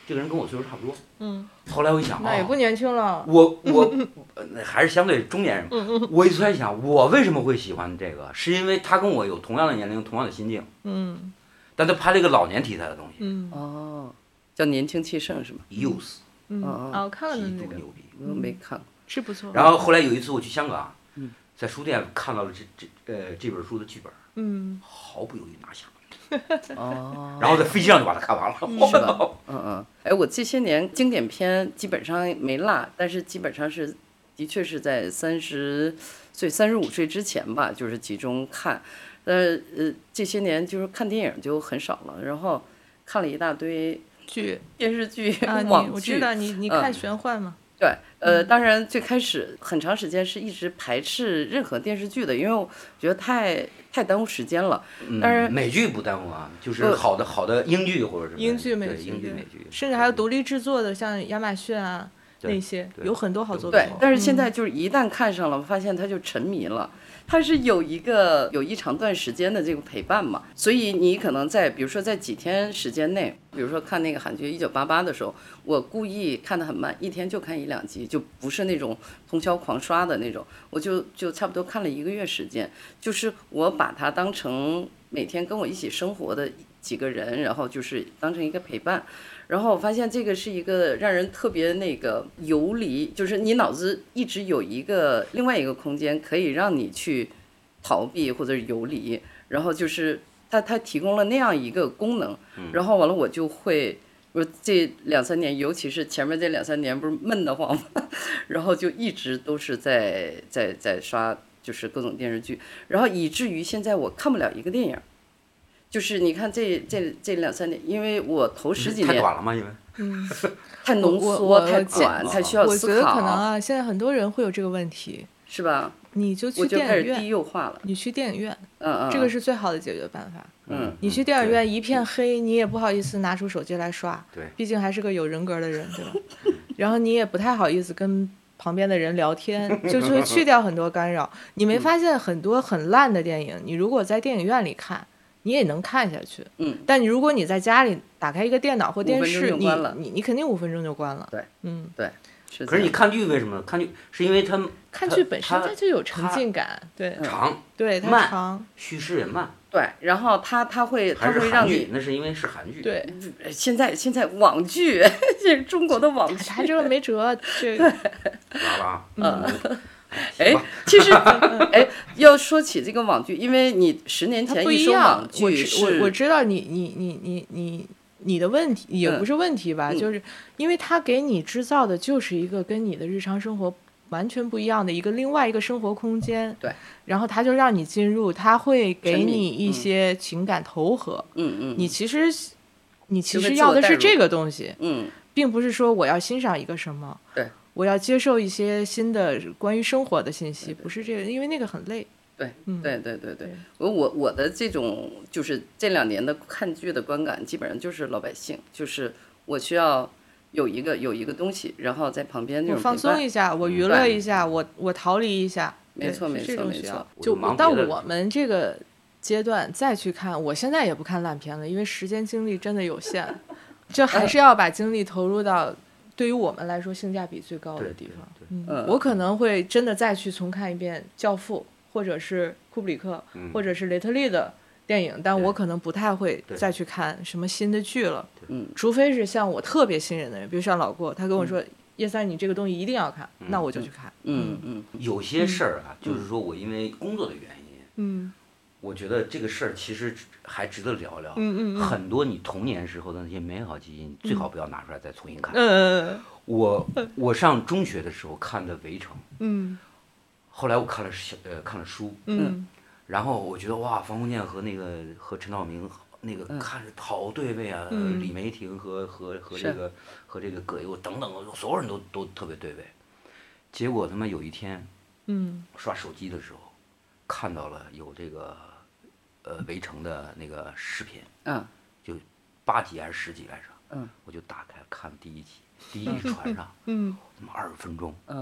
这个人跟我岁数差不多。 嗯， 后来我一想， 那也不年轻了。 我我还是相对中年人。 嗯嗯。 我一突然想，我为什么会喜欢这个？是因为他跟我有同样的年龄，同样的心境。 嗯。 但他拍了一个老年题材的东西。 嗯。 哦，叫年轻气盛是吗 ？Youth。 嗯。啊，我看了那个。 牛逼。 我没看过。 是不错。 然后后来有一次我去香港，在书店看到了这这呃这本书的剧本。嗯。毫不犹豫拿下。 哦， 然后在飞机上就把它看完了， 是吧？嗯嗯，哎，我这些年经典片基本上没落，但是基本上是，的确是在三十岁、三十五岁之前吧，就是集中看。呃呃，这些年就是看电影就很少了，然后看了一大堆剧、 电视剧、 啊、 网剧。 我知道你你看玄幻吗？ 嗯对，呃，当然最开始很长时间是一直排斥任何电视剧的，因为我觉得太太耽误时间了。但是、 嗯、美剧不耽误啊，就是好的好的英剧或者是英剧、美剧、英剧、美剧， 甚至还有独立制作的，像亚马逊啊那些，有很多好作品。 对，但是现在就是一旦看上了，发现他就沉迷了。它是有一个有一长段时间的这个陪伴嘛，所以你可能在比如说在几天时间内，比如说看那个韩剧一九八八的时候，我故意看得很慢，一天就看一两集，就不是那种通宵狂刷的那种，我就就差不多看了一个月时间，就是我把它当成每天跟我一起生活的几个人，然后就是当成一个陪伴。然后我发现这个是一个让人特别那个游离，就是你脑子一直有一个另外一个空间可以让你去逃避或者是游离，然后就是它它提供了那样一个功能，然后完了我就会，我这两三年，尤其是前面这两三年不是闷得慌吗？然后就一直都是在在在刷就是各种电视剧，然后以至于现在我看不了一个电影。就是你看这这这两三年，因为我头十几年太短了吗？因为嗯， 太浓缩、太短、太需要思考。 我觉得可能啊，现在很多人会有这个问题， 是吧？ 你就去电影院， 低幼化了。 你去电影院， 嗯嗯， 这个是最好的解决办法。 嗯， 你去电影院一片黑，你也不好意思拿出手机来刷， 对， 毕竟还是个有人格的人，对吧？然后你也不太好意思跟旁边的人聊天，就是会去掉很多干扰。你没发现很多很烂的电影，你如果在电影院里看，你也能看下去， 嗯， 但你如果你在家里打开一个电脑或电视，你你你肯定五分钟就关了。 对， 嗯， 对。 可是你看剧为什么？看剧是因为它看剧本身它就有沉浸感，对， 长， 对，它长， 叙事也慢， 对，然后它它会它会让你， 那是因为是韩剧， 对， 现在现在网剧，这是中国的网剧， 它这个没辙，这个， 完了， 嗯。哎，其实，哎，要说起这个网剧，因为你十年前一说网剧是， 我我知道你你你你你你的问题也不是问题吧， 嗯、 就是因为它给你制造的就是一个跟你的日常生活完全不一样的一个另外一个生活空间， 对， 然后它就让你进入，它会给你一些情感投合， 嗯嗯， 你其实你其实要的是这个东西， 嗯， 并不是说我要欣赏一个什么， 对。 我要接受一些新的关于生活的信息，不是这个，因为那个很累。 对，对，对，对，对。我我我的这种就是这两年的看剧的观感，基本上就是老百姓，就是我需要有一个有一个东西，然后在旁边那种我放松一下，我娱乐一下，我我逃离一下。 没错，没错，没错。 就到我们这个阶段再去看，我现在也不看烂片了，因为时间精力真的有限，就还是要把精力投入到。对于我们来说性价比最高的地方，嗯，我可能会真的再去重看一遍《教父》，或者是库布里克， 嗯、 或者是雷特利的电影，但我可能不太会再去看什么新的剧了， 嗯， 除非是像我特别信任的人，比如像老郭，他跟我说、嗯、叶三你这个东西一定要看， 嗯、 那我就去看， 嗯嗯， 有些事儿啊、嗯，就是说我因为工作的原因， 嗯， 我觉得这个事儿其实还值得聊聊。 嗯嗯嗯。 很多你童年时候的那些美好记忆，你最好不要拿出来再重新看。 嗯嗯嗯。 我我上中学的时候看的《围城》， 嗯。 后来我看了小呃看了书， 嗯。 然后我觉得哇，方鸿渐和那个和陈道明那个看着好对位啊， 嗯、 李梅婷和和和这个和这个葛优等等，所有人都都特别对位。结果他妈有一天， 嗯， 刷手机的时候，看到了有这个。呃，围城的那个视频， 嗯， 就八集还是十集来着， 嗯， 我就打开看第一集，第一集船上， 嗯， 他妈二十分钟， 嗯，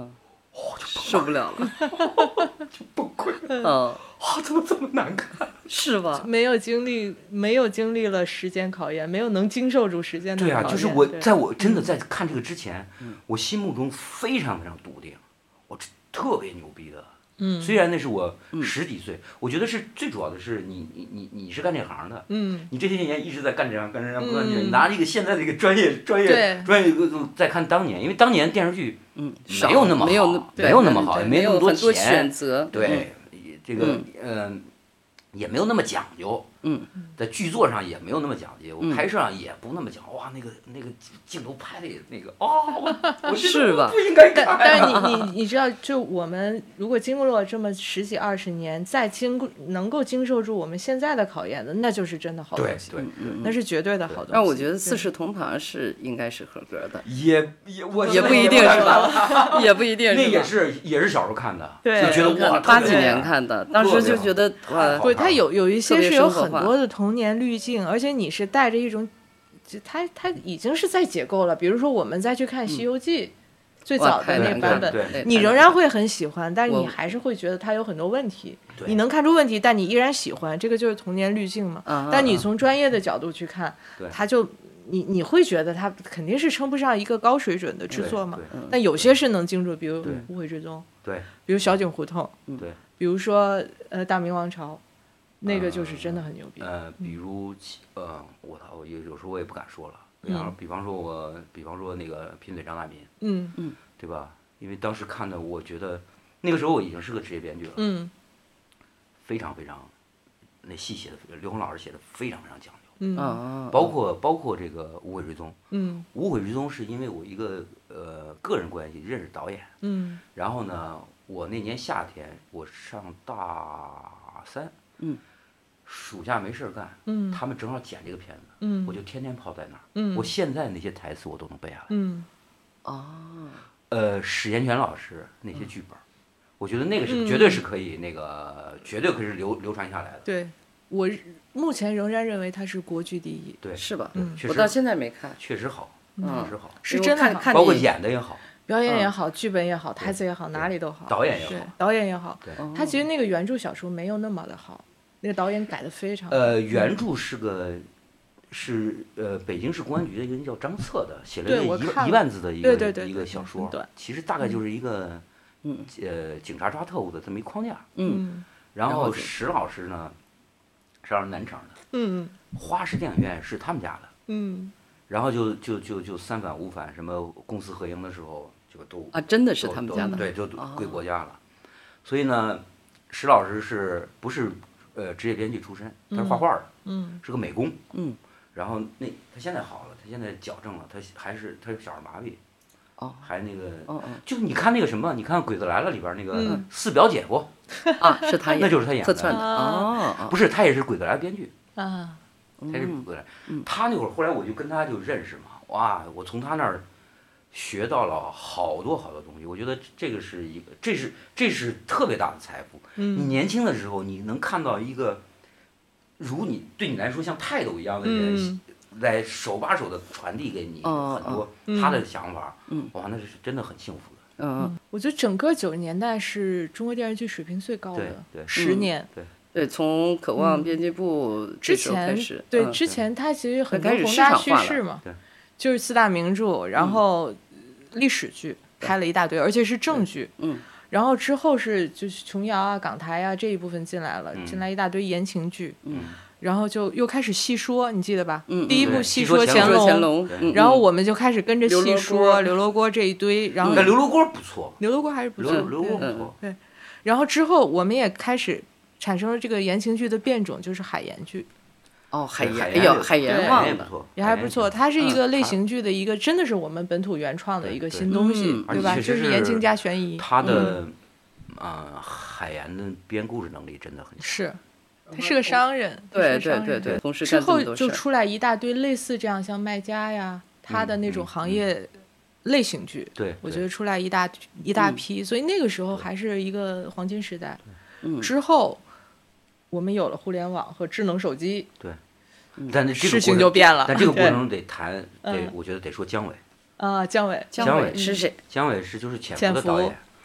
哦，就受不了了， 就崩溃， 嗯， 啊，怎么这么难看？ 是吧？ 没有经历，没有经历了时间考验，没有能经受住时间的考验。 对啊，就是我对在我真的在看这个之前，我心目中非常非常笃定，我特别牛逼的。嗯，虽然那是我十几岁，我觉得是最主要的是你你你你是干这行的， 嗯， 你这些年一直在干这行干这行，不断嗯你拿着一个现在的一个专业专业对专业再看当年，因为当年电视剧嗯， 没有那么好， 没有那没有那么好， 对也没那么有很多钱选，择， 对，这个嗯。也没有那么讲究， 嗯， 在剧作上也没有那么讲究， 嗯拍摄上也不那么讲，哇，那个那个镜头拍的也那个，哦，我是吧不应该看。 但但是你你你知道，就我们如果经过了这么十几二十年，再经过能够经受住我们现在的考验的，那就是真的好东西， 对对， 那是绝对的好东西。 但我觉得四对世同堂是应该是合格的， 也也我也不一定是吧？也不一定那也是吧？ 是也是小时候看的， 对就觉得哇， 八几特别好年看的，当时就觉得哇， 对，它有有一些特别是有生活化很多的童年滤镜，而且你是带着一种，就它它已经是在解构了。比如说我们再去看《西游记》最哇早的太难看那版本， 对对你仍然会很喜欢，但是我你还是会觉得它有很多问题。 对你能看出问题，但你依然喜欢，这个就是童年滤镜嘛。 啊但你从专业的角度去看对， 它就你你会觉得它肯定是称不上一个高水准的制作嘛对。对但有些是能经住，比如《 对无悔追踪》， 对比如《小井胡同》， 对， 比如说呃《大明王朝》，那个就是真的很牛逼。 呃，比如呃，我操，有有时候我也不敢说了，比方比方说我，比方说那个贫嘴张大民， 嗯嗯对吧？因为当时看的，我觉得那个时候我已经是个职业编剧了， 嗯非常非常，那戏写的刘洪老师写的非常非常讲究， 嗯啊， 包括包括这个《无悔追踪》，《 嗯无悔追踪》是因为我一个呃个人关系认识导演， 嗯然后呢，我那年夏天我上大三， 嗯， 暑假没事儿干， 嗯他们正好剪这个片子， 嗯我就天天泡在那儿， 嗯我现在那些台词我都能背下来， 嗯啊， 呃，史岩泉老师那些剧本儿，我觉得那个是嗯绝对是可以那个绝对可以是流流传下来的， 对，我目前仍然认为它是国剧第一， 对， 是吧？ 嗯确实我到现在没看， 确实好， 嗯确实好， 是真的好， 看看包括你演的也好， 表演也好，剧本也好，台词也好，哪里都好，对导演也好， 导演也好。 对， 哦他其实那个原著小说没有那么的好，那个导演改的非常好。 呃，原著是个是呃北京市公安局的一个人叫张策的，写了对一个一万一我看了万字的一个一对对对对个小说很短， 其实大概就是一个嗯呃警察抓特务的这么一框架。 嗯嗯然然后就后石老师呢，石老师南城的， 嗯花式电影院是他们家的， 嗯然后就就就就三反五反，什么公私合营的时候就都啊，真的是都都他们家的， 对，就都哦归国家了。所以呢，石老师是不是呃职业编剧出身？他是画画的， 嗯是个美工。 嗯， 然后那他现在好了，他现在矫正了，他还是他是小儿麻痹， 哦还那个， 哦哦就是你看那个什么，你看《鬼子来了》里边那个嗯四表姐夫， 啊，是他演， 那就是他演的客串的哦哦， 不是他也是《鬼子来》编剧， 啊他是嗯鬼子来嗯。 他那会儿后来我就跟他就认识嘛，哇，我从他那儿学到了好多好多东西，我觉得这个是一个，这是这是特别大的财富。你嗯年轻的时候，你能看到一个如你对你来说像泰斗一样的人， 嗯来手把手的传递给你哦很多嗯他的想法， 嗯哇，那是真的很幸福的。 嗯， 我觉得整个九十年代是中国电视剧水平最高对的对嗯十年。 对，从渴望嗯编辑部之这时候开前始， 对嗯之前它其实很多开始市宏大叙场化了事嘛对， 就是四大名著，然后历史剧开了一大堆，而且是正剧。 嗯然后之后是就是琼瑶啊、港台啊这一部分进来了， 嗯进来一大堆言情剧， 嗯然后就又开始戏说，你记得吧？ 嗯， 第一部对戏说戏说乾隆， 说乾隆， 对嗯然后嗯我们就开始跟着戏刘罗锅说刘罗锅这一堆，然后但刘罗锅不错， 刘罗锅还是不错刘，刘罗锅对不错， 然后之后我们也开始产生了这个言情剧的变种，就是海盐剧， 哦，海盐， 对海哎呦， 盐海对盐忘了， 也不错， 也还不错。 海它是一个嗯类型剧的一个，真的是我们本土原创的一个对对新东西嗯， 对吧？ 而且确实就是言情是加悬疑， 他的呃海盐的编故事能力真的很强。 是，他是个商人，他对是个商人对对对，同时之后干这么多事儿， 就出来一大堆类似这样，像卖家呀，他的那种嗯行业类型剧， 对，对我觉得出来一大一大嗯批，所以那个时候还是一个黄金时代。 嗯之后，我们有了互联网和智能手机， 但是这个事情过程就变了。 但这个过对程得谈，得嗯我觉得得说姜伟。 啊，姜伟， 姜姜伟伟是谁？ 姜伟是就是潜潜伏伏的导演，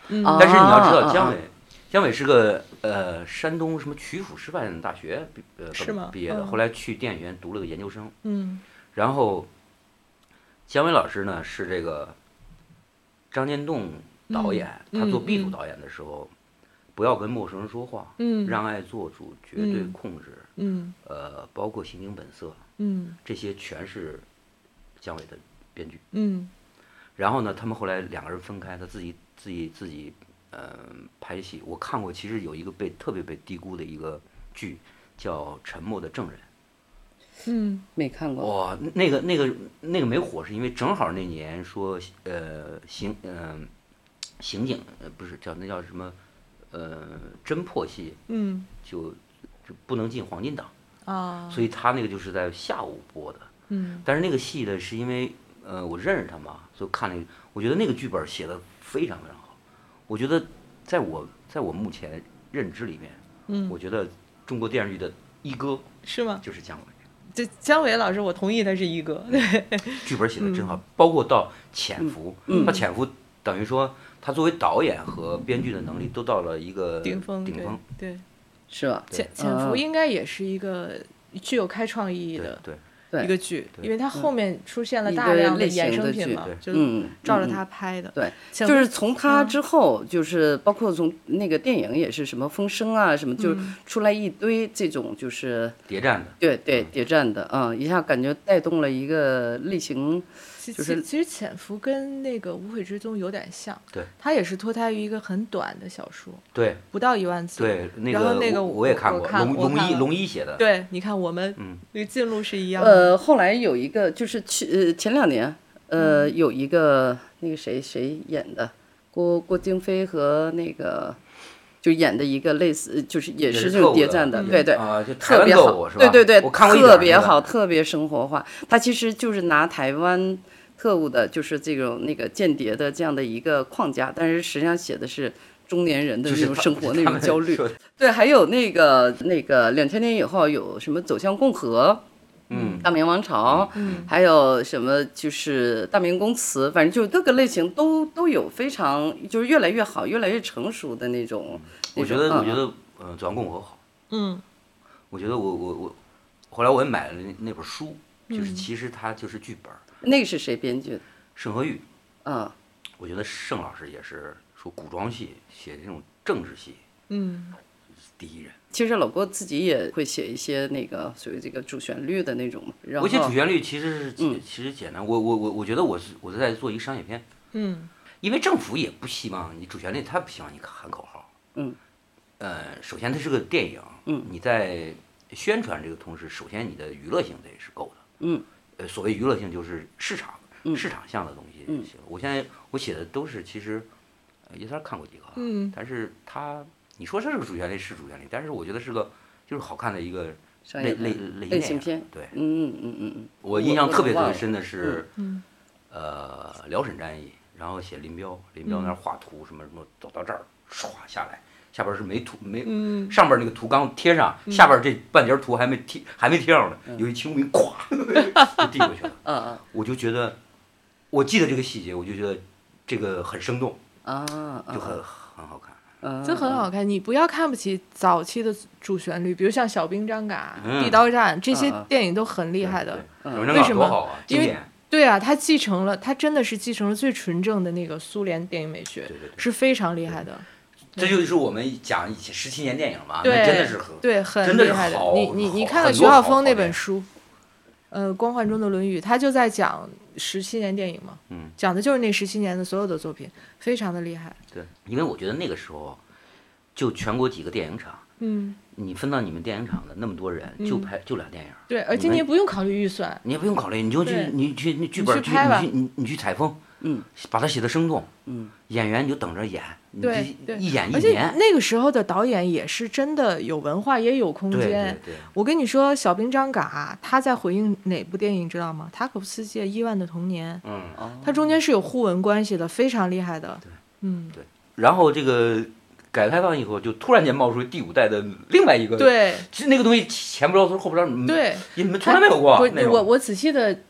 嗯但是你要知道， 啊姜伟，姜伟是个呃山东什么曲阜师范大学毕呃是吗毕业的， 嗯后来去电影学院读了个研究生。 嗯然后姜伟老师呢是这个张建栋导演， 嗯他做嗯 B 组导演的时候，不要跟陌生人说话， 嗯让爱做主，绝对嗯控制， 嗯呃，包括刑警本色， 嗯这些全是姜伟的编剧。 嗯然后呢，他们后来两个人分开，他自己自己自己呃拍戏。我看过，其实有一个被特别被低估的一个剧，叫《沉默的证人》。 嗯没看过。 哇，那个那个那个没火，是因为正好那年说呃刑呃刑警呃不是叫那叫什么呃侦破戏嗯就就不能进黄金档， 啊， 所以他那个就是在下午播的。 嗯但是那个戏呢，是因为呃我认识他嘛，所以看那个，我觉得那个剧本写的非常非常好。我觉得在我在我目前认知里面， 嗯， 我觉得中国电视剧的一哥是吗？ 就是姜伟。 这姜伟老师，我同意他是一哥，对， 剧本写的嗯真好，包括到潜伏，他潜伏等于说他作为导演和编剧的能力都到了一个顶峰， 顶峰。 对，对是吧？ 潜潜伏嗯应该也是一个具有开创意义的对对一个剧， 对因为它后面出现了一大个类量的衍型的剧生品嘛对， 就嗯， 照着嗯它拍的。 对， 潜伏就是从他嗯之后，就是包括从那个电影也是什么风声啊，什么就是嗯出来一堆这种就是谍战的， 对对谍战的啊、一下感觉带动了一个类型。 其就是其其实潜伏跟那个无悔之踪有点像， 对， 它也是脱胎于一个很短的小说， 对不到一万字。 对，那然后那个我我我也看过， 我看龙龙一我看了龙一写的， 对，你看我们嗯， 那个进路是一样的。 呃，后来有一个就是去呃前两年，呃、 嗯有一个那个谁谁演的，郭郭京飞和那个就演的一个类似，就是也也是是这种特务的谍战的， 嗯对对。 啊，就台湾特别好斗殴是，吧？ 对对对， 我看过一点儿那个特别好，特别生活化。它其实就是拿台湾特务的，就是这种那个间谍的这样的一个框架，但是实际上写的是中年人的那种就是他生活那他们种焦虑说。的对，还有那个那个两千年以后有什么走向共和， 嗯， 大明王朝， 嗯还有什么就是大明宫词，反正就各个类型都都有非常就是越来越好、越来越成熟的那种。 我觉那种嗯得我觉得呃，走向共和好。 嗯我觉得我我我，后来我也买了那那本书，就是嗯其实它就是剧本儿， 那个是谁编剧的？ 盛和玉。 啊、 我觉得盛老师也是说古装戏写这种政治戏嗯第一人。 其实老郭自己也会写一些那个属于这个主旋律的那种嘛。然后我写主旋律其实是嗯其实简单，我我我我觉得我是我是在做一个商业片， 嗯因为政府也不希望你主旋律，他不希望你喊口号。 嗯。 呃，首先它是个电影， 嗯， 你在宣传这个同时，首先你的娱乐性得是够的。 嗯。 呃，所谓娱乐性就是市场， 嗯市场向的东西嗯行了。我现在我写的都是其实，呃叶三看过几个啊， 嗯但是他你说这是个主旋律是主旋律，但是我觉得是个就是好看的一个商业类类片类类型片。 对， 嗯嗯嗯嗯嗯。 我印象特别特忘了别深的是， 嗯呃，辽沈战役，然后写林彪，林彪那嗯儿画图什么什么，走到这儿唰下来，下边是没图没， 嗯上边那个图刚贴上，下边这半截图还没贴还没贴上呢， 嗯有一清兵咵就递过去了， 啊啊我就觉得，我记得这个细节，我就觉得这个很生动， 啊啊！ 就很很好看。 啊这很好看。你不要看不起早期的主旋律，比如像《小兵张嘎》 嗯地刀战》这些嗯嗯电影都很厉害的。 对， 嗯有人为什么多好啊， 因为经典， 对啊，他继承了，他真的是继承了最纯正的那个苏联电影美学， 对对对， 是非常厉害的。 这就是我们讲以前十七年电影嘛，那对， 真的是很对，很真的是厉害的。 好你你你好看了很多好徐浩峰那好电影本书，呃，《光环中的论语》，他就在讲十七年电影嘛， 嗯， 讲的就是那十七年的所有的作品，非常的厉害。 对，因为我觉得那个时候，就全国几个电影厂， 嗯， 你分到你们电影厂的那么多人，就拍就俩电影， 对，而且你们你也不用考虑预算， 你也不用考虑，你就去对你去那剧你本去拍吧你去你你去采风， 嗯， 把它写的生动， 嗯， 演员你就等着演，你对对， 这一演一而且年， 那个时候的导演也是真的有文化，也有空对对间。 对， 我跟你说，小兵张嘎他在回应哪部电影知道吗？塔可夫斯基的《亿万的童年》， 嗯， 它中间是有互文关系的，非常厉害的。 对， 嗯， 然后这个改革开放以后，就突然间冒出第五代的另外一个，， 对其实那个东西前不着村后不着，嗯， 对， 你们从来没有过不， 那种， 我我仔细的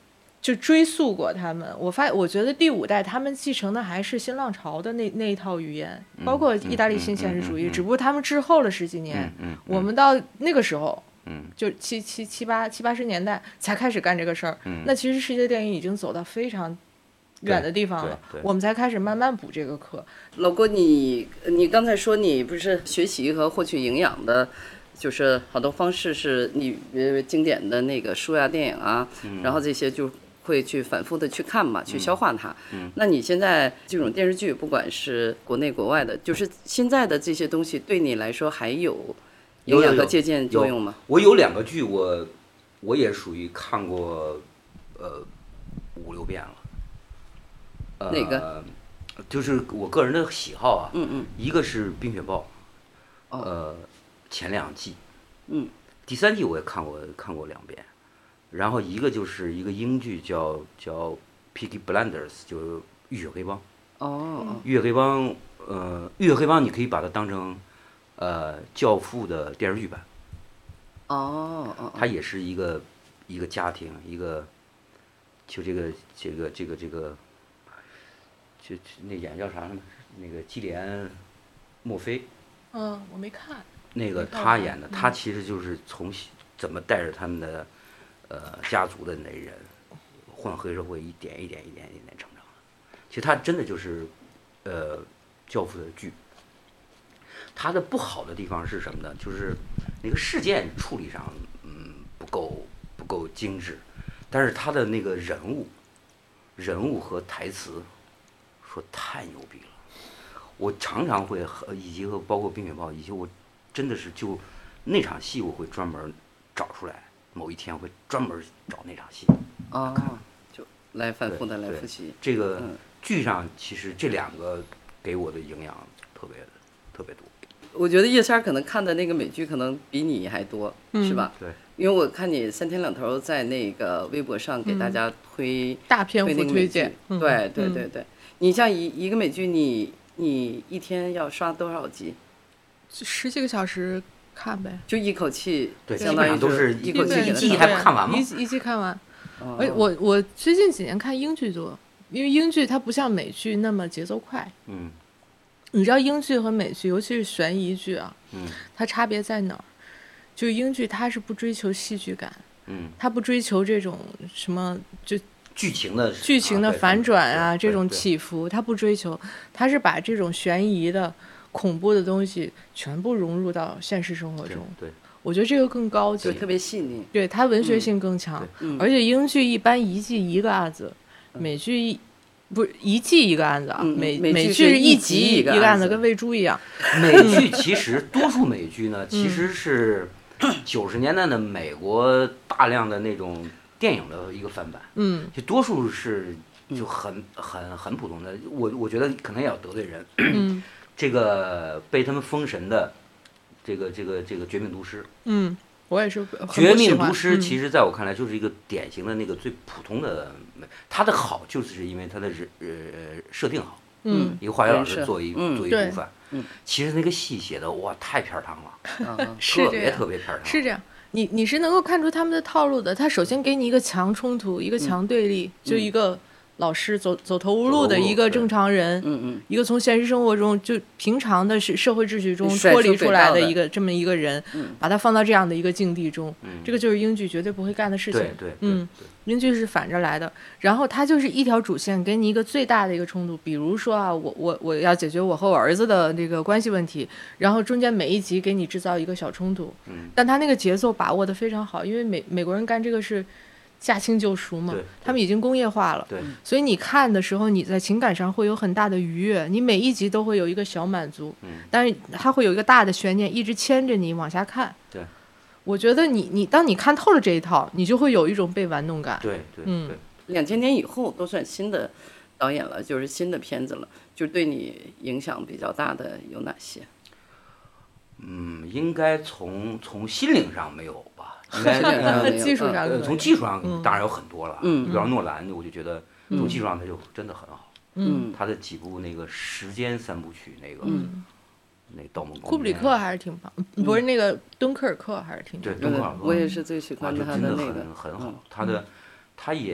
就追溯过他们。我发我觉得第五代他们继承的还是新浪潮的那那一套语言，包括意大利新现实主义， 嗯嗯嗯嗯、 只不过他们滞后了十几年。 嗯嗯、 我们到那个时候。 嗯， 就七七七八七八十年代才开始干这个事儿， 嗯， 那其实世界电影已经走到非常远的地方了，我们才开始慢慢补这个课。 老郭，你你刚才说你不是学习和获取营养的，就是好多方式是你呃经典的那个书呀、电影啊， 嗯、 然后这些就会去反复的去看嘛，去消化它。 嗯， 那你现在这种电视剧，不管是国内国外的，就是现在的这些东西，对你来说还有营养和借鉴作用吗？ 我有两个剧我，我也属于看过，呃，五六遍了。呃、 哪个？ 就是我个人的喜好啊。 嗯嗯。 一个是《冰雪暴》， 哦、 呃，前两季。 嗯。 第三季我也看过，看过两遍。然后一个就是一个英剧叫叫《Peaky Blinders》，就是《浴血黑帮》。 哦哦。 浴血黑帮，呃，浴血黑帮你可以把它当成。呃，教父的电视剧版， 哦哦， 它也是一个一个家庭，一个就这个这个这个这个，就那演叫啥呢？那个基连墨菲， 嗯，我没看。 那个他演的，他其实就是从怎么带着他们的呃家族的那人混黑社会，一点一点一点一点成长的。其实他真的就是呃教父的剧。它的不好的地方是什么呢？就是那个事件处理上，嗯，不够不够精致，但是它的那个人物、人物和台词，说太牛逼了。我常常会和以及和包括《冰雪暴》，以及我真的是就那场戏，我会专门找出来，某一天会专门找那场戏啊、哦，就来反复的来复习。 这个剧上其实这两个给我的营养特别特别多。 我觉得叶谦可能看的那个美剧可能比你还多， 嗯、 是吧？ 对， 因为我看你三天两头在那个微博上给大家推、 嗯、大篇幅推荐， 嗯、对对对对。嗯、你像一一个美剧，你你一天要刷多少集？ 十几个小时看呗， 就一口气， 对， 相当于都是一口气一季还不看完吗？ 一一季看完。 哦、 而我我最近几年看英剧多，因为英剧它不像美剧那么节奏快。 嗯。 你知道英剧和美剧，尤其是悬疑剧啊， 嗯， 它差别在哪儿？就英剧它是不追求戏剧感， 嗯， 它不追求这种什么就剧情的剧情的反转啊， 啊这种起伏，它不追求，它是把这种悬疑的、恐怖的东西全部融入到现实生活中。 对，对我觉得这个更高级， 特别细腻， 对它文学性更强， 嗯、 而且英剧一般一季一个案子， 嗯、 美剧一。不是一季一个案子啊， 嗯、 美美剧是一集一个案子，跟喂猪一样。 美剧其实多数美剧呢，其实是九十年代的美国大量的那种电影的一个翻版， 嗯， 就多数是就很很很普通的。我我觉得可能也要得罪人， 嗯， 这个被他们封神的这个这个这个《绝命毒师》， 嗯。我也是绝命毒师其实在我看来就是一个典型的那个最普通的，它的好就是因为它的人呃设定好， 嗯， 一个化学老师做一、 嗯、 做一毒贩， 嗯， 其实那个戏写的哇太片汤了， 嗯、 特别特别片汤， 是这样，你你是能够看出他们的套路的。他首先给你一个强冲突，一个强对立， 嗯、 就一个老师走走投无路的一个正常人， 嗯嗯， 一个从现实生活中就平常的是社会秩序中脱离出来的一个这么一个人， 嗯， 把他放到这样的一个境地中， 嗯， 这个就是英剧绝对不会干的事情， 对对， 嗯，英剧是反着来的，然后他就是一条主线，给你一个最大的一个冲突，比如说啊，我我我要解决我和我儿子的这个关系问题，然后中间每一集给你制造一个小冲突， 嗯， 但他那个节奏把握的非常好，因为美美国人干这个是驾轻就熟嘛，他们已经工业化了， 对， 所以你看的时候，你在情感上会有很大的愉悦，你每一集都会有一个小满足， 嗯， 但是它会有一个大的悬念一直牵着你往下看， 对， 我觉得你你当你看透了这一套，你就会有一种被玩弄感， 对对， 嗯， 两千年以后都算新的导演了，就是新的片子了，就对你影响比较大的有哪些？ 嗯，应该从从心灵上没有吧，应该呃技术上、 呃，从技术上当然有很多了。 嗯， 比方诺兰，我就觉得从技术上他就真的很好。 嗯， 他的几部那个时间三部曲，那个嗯， 那《盗梦空间》， 库布里克还是挺棒，不是那个敦刻尔克还是挺对敦刻尔克， 我也是最喜欢他的那个， 很很好。他的他也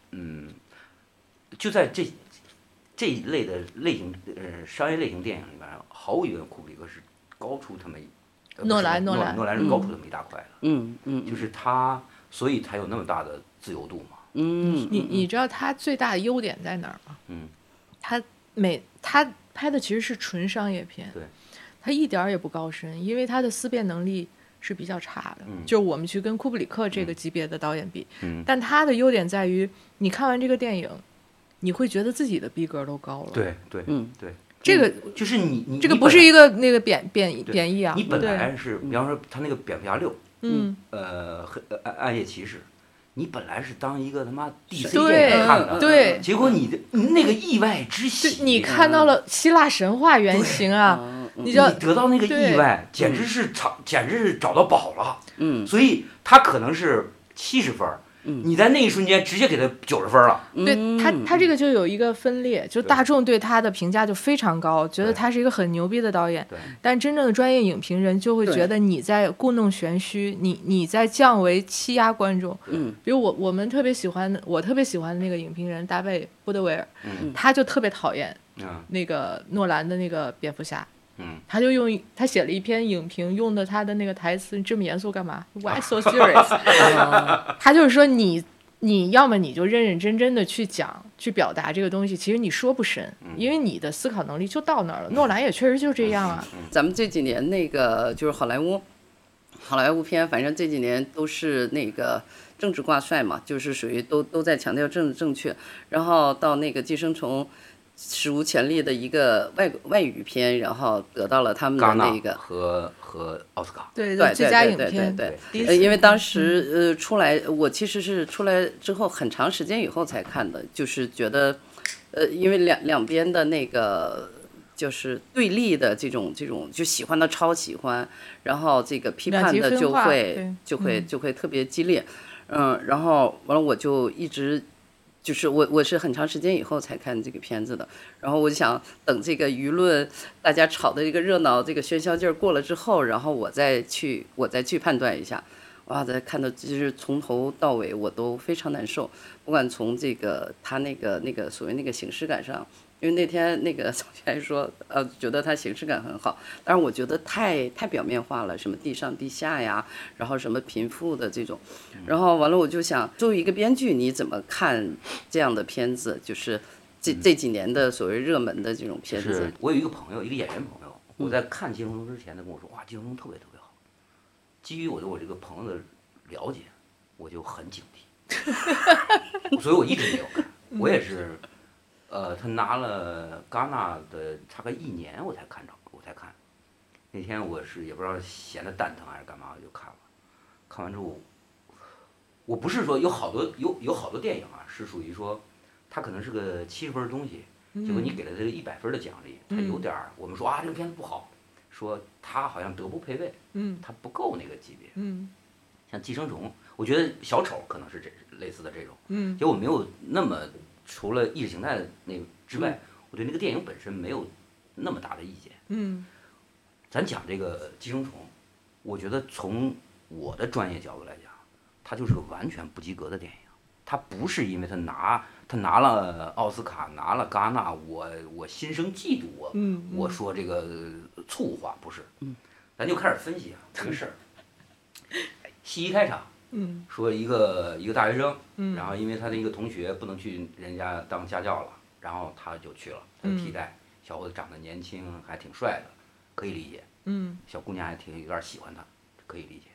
嗯，就在这这一类的类型呃商业类型电影里面，毫无疑问，库布里克是高出他们。 诺兰， 诺兰， 诺兰是高出他们一大块的。 嗯嗯， 就是他，所以才有那么大的自由度嘛。 嗯， 你你知道他最大的优点在哪儿吗？ 嗯， 他每他拍的其实是纯商业片， 对， 他一点儿也不高深，因为他的思辨能力是比较差的。 嗯， 就是我们去跟库布里克这个级别的导演比， 嗯， 但他的优点在于，你看完这个电影，你会觉得自己的逼格都高了。 对对， 嗯对。 这个就是你你这个不是一个那个贬贬贬义啊。 你本来是，比方说他那个蝙蝠侠六， 嗯， 呃，暗暗夜骑士，你本来是当一个他妈 D C 对电影看的， 对， 结果你的你那个意外之喜， 你看到了希腊神话原型啊，你就你得到那个意外，简直是找简直是找到宝了。 嗯， 所以他可能是七十分。 嗯， 你在那一瞬间直接给他九十分了。 对他，他这个就有一个分裂，就大众对他的评价就非常高，觉得他是一个很牛逼的导演。 对， 但真正的专业影评人就会觉得你在故弄玄虚，你你在降维欺压观众。 嗯， 比如我我们特别喜欢我特别喜欢的那个影评人大卫波德维尔， 嗯， 他就特别讨厌嗯那个诺兰的那个蝙蝠侠。 嗯， 他就用他写了一篇影评，用的他的那个台词，你这么严肃干嘛 ？Why so serious？他就是说你你要么你就认认真真的去讲去表达这个东西，其实你说不深，因为你的思考能力就到那儿了。诺兰也确实就这样啊。 咱们这几年那个就是好莱坞，好莱坞片，反正这几年都是那个政治挂帅嘛，就是属于都都在强调政治正确，然后到那个寄生虫。史无前例的一个外外语片，然后得到了他们的那个和和奥斯卡， 对对最佳影片， 对对对，呃，因为当时呃出来，我其实是出来之后很长时间以后才看的，就是觉得，呃，因为两两边的那个就是对立的这种这种，就喜欢的超喜欢，然后这个批判的就会就会就会特别激烈，嗯，然后完了我就一直。就是我我是很长时间以后才看这个片子的，然后我就想等这个舆论大家吵的这个热闹这个喧嚣劲儿过了之后，然后我再去我再去判断一下。哇，再看到就是从头到尾我都非常难受，不管从这个他那个那个所谓那个形式感上，因为那天那个小还说呃觉得他形式感很好，但是我觉得太太表面化了，什么地上地下呀，然后什么贫富的这种，然后完了我就想作为一个编剧你怎么看这样的片子，就是这这几年的所谓热门的这种片子。 是我有一个朋友，一个演员朋友，我在看《寄生虫》之前，他跟我说哇，《寄生虫》特别特别好。基于我对我这个朋友的了解，我就很警惕，所以我一直没有看。我也是，呃，他拿了戛纳的差个一年我才看着，我才看。那天我是也不知道闲的蛋疼还是干嘛，我就看了。看完之后，我不是说有好多有有好多电影啊，是属于说，它可能是个七十分的东西，结果你给了他一百分的奖励，他有点儿我们说啊这个片子不好。说他好像德不配位， 嗯， 他不够那个级别， 嗯， 像寄生虫，我觉得小丑可能是这类似的这种， 嗯， 结果没有那么除了意识形态那之外，嗯、我对那个电影本身没有那么大的意见， 嗯， 咱讲这个寄生虫，我觉得从我的专业角度来讲，它就是个完全不及格的电影，它不是因为他拿。他拿了奥斯卡，拿了戛纳，我我心生嫉妒，我、 嗯嗯、 我说这个醋话不是，咱就开始分析啊这个事儿。戏一开场， 嗯、 说一个一个大学生， 嗯、 然后因为他的一个同学不能去人家当家教了，然后他就去了，他就替代、嗯、小伙子长得年轻，还挺帅的，可以理解。 嗯， 小姑娘还挺有点喜欢他，可以理解。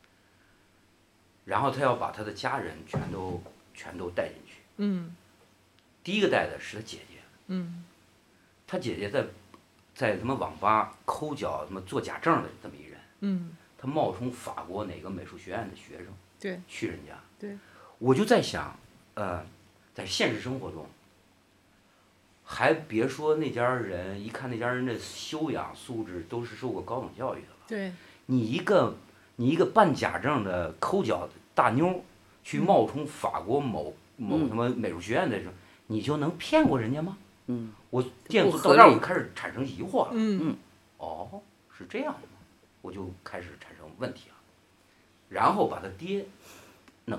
然后他要把他的家人全都全都带进去。 嗯， 第一个带的是他姐姐。 嗯， 他姐姐在在什么网吧抠脚、什么做假证的这么一人。 嗯， 他冒充法国哪个美术学院的学生。 对。 去人家。 对。 我就在想，呃，在现实生活中，还别说那家人，一看那家人的修养素质都是受过高等教育的了。 对。 你一个你一个办假证的抠脚的大妞，去冒充法国某。某什么美术学院的时候，你就能骗过人家吗？ 嗯， 我见到这儿我就开始产生疑惑了。 嗯嗯，哦，是这样的吗？我就开始产生问题了。然后把他爹弄去，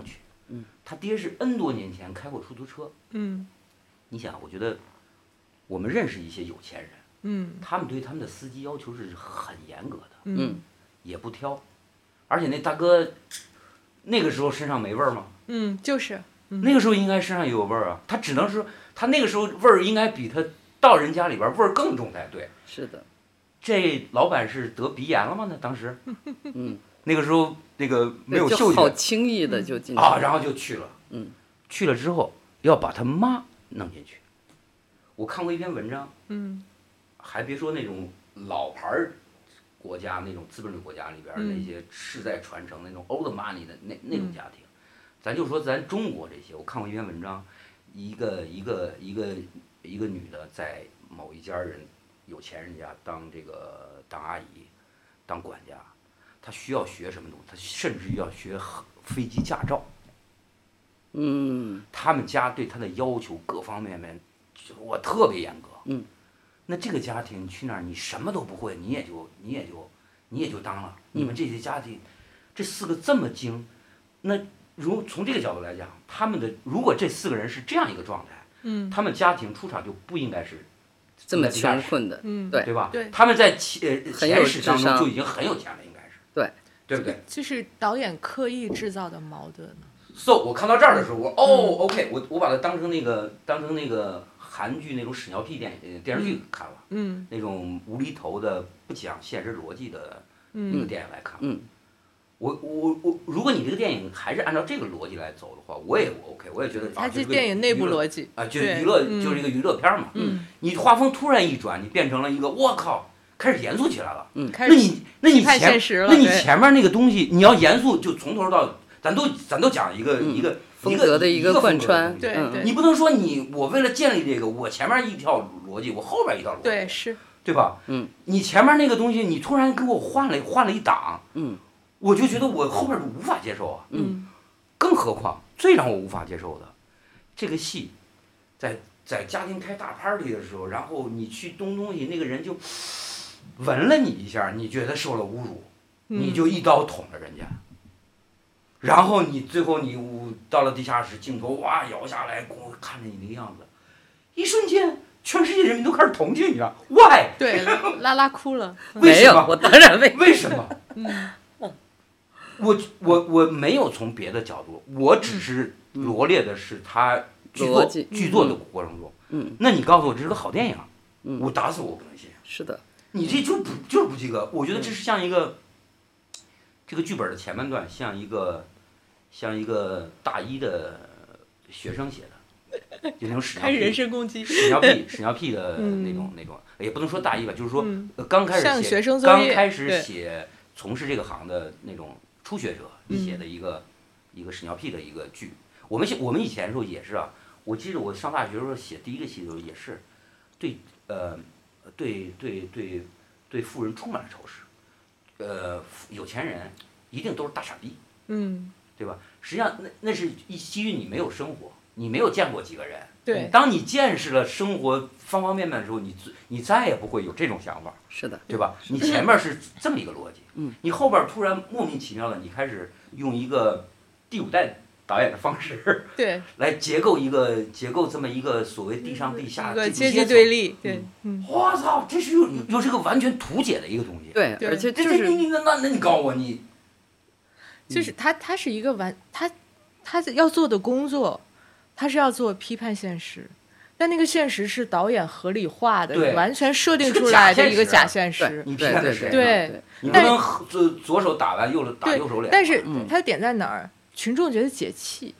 嗯， 他爹是 N 多年前开过出租车。 嗯你想，我觉得我们认识一些有钱人， 嗯他们对他们的司机要求是很严格的， 嗯也不挑，而且那大哥那个时候身上没味儿吗？ 嗯，就是那个时候应该身上也有味儿啊，他只能说他那个时候味儿应该比他到人家里边味儿更重才对。 是的， 这老板是得鼻炎了吗？那当时， 嗯， 那个时候那个没有对就好嗅觉轻易的就进去啊， 了然后就去了。 嗯， 去了之后要把他妈弄进去。我看过一篇文章， 嗯还别说那种老牌儿国家那种资本主义国家里边儿嗯那些世代传承那种 old money 的那那种家庭，咱就说咱中国这些，我看过一篇文章，一个一个一个一个女的在某一家人有钱人家当这个当阿姨，当管家，她需要学什么东西？她甚至于要学飞机驾照。 嗯他们家对她的要求各方面面，我特别严格。 嗯， 那这个家庭去那儿，你什么都不会，你也就你也就你也就当了。你们这些家庭，这四个这么精，那如从这个角度来讲，他们的如果这四个人是这样一个状态， 嗯他们家庭出场就不应该是这么在地下室， 穷困的， 嗯， 对对吧？ 对他们在前呃很有前史当智商中就已经很有钱了，应该是对对不对就是导演刻意制造的矛盾。 ？So 我看到这儿的时候，我哦 OK，我我把它当成那个当成那个韩剧那种屎尿屁电呃电视剧看了。 嗯那种无厘头的、不讲现实逻辑的那个电影来看。 嗯， 我我我，如果你这个电影还是按照这个逻辑来走的话，我也 OK，我也觉得它这啊这是个电影内部娱乐逻辑啊，就对娱乐嗯就是一个娱乐片嘛。 嗯， 你画风突然一转，你变成了一个我靠，开始严肃起来了。 开始那你那你批判前现实了那你对前面那个东西，你要严肃，就从头到咱都咱都讲一个一个风一个格的一个一个风格的贯穿东西对嗯对你不能说你我为了建立这个，我前面一条逻辑，我后边一条逻辑。 对是， 对吧？ 嗯， 你前面那个东西，你突然给我换了换了一档， 嗯， 我就觉得我后边无法接受啊。 嗯更何况最让我无法接受的，这个戏，在在家庭开大 party 的时候，然后你去东东西，那个人就闻了你一下，你觉得受了侮辱，你就一刀捅了人家。然后你最后你到了地下室，镜头哇摇下来，我看着你那个样子，一瞬间。全世界人民都开始同情你了 ，Why？ 对，拉拉哭了。 为什么？ 没有，我当然没。 为什么？ 嗯我我我没有从别的角度，我只是罗列的是他剧作逻辑剧作的过程中。 嗯， 那你告诉我这是个好电影， 嗯我打死我不能信。 是的， 你这就不就是不及格？我觉得这是像一个这个剧本的前半段像一个像一个大一的学生写的。就那种屎尿开始人屁、 身攻击。 屎尿屁、屎尿屁的嗯那种、那种，也不能说大一吧，就是说、 嗯呃刚开始写， 像学生作刚业开始对写从事这个行的那种初学者嗯写的一个、一个屎尿屁的一个剧。我们写我们以前的时候也是啊，我记得我上大学的时候写第一个戏的时候也是，对呃对对对对富人充满了仇视，呃有钱人一定都是大傻逼， 嗯， 对吧？实际上那那是一基于你没有生活。你没有见过几个人， 对。 当你见识了生活方方面面的时候，你你再也不会有这种想法， 是的， 对吧？你前面是这么一个逻辑， 嗯， 你后边突然莫名其妙的，你开始用一个第五代导演的方式， 对， 来结构一个结构这么一个所谓地上地下一个阶阶级对立，对，嗯， 我操，这是有有这个完全图解的一个东西， 对， 对而且这就是这你你那那那你告诉我你， 就是他他是一个完他他要做的工作。他是要做批判现实，但那个现实是导演合理化的，完全设定出来的一个假现实。 你批判的谁？ 对， 你不能左左手打完右手打右手脸。 但是他的点在哪儿？群众觉得解气，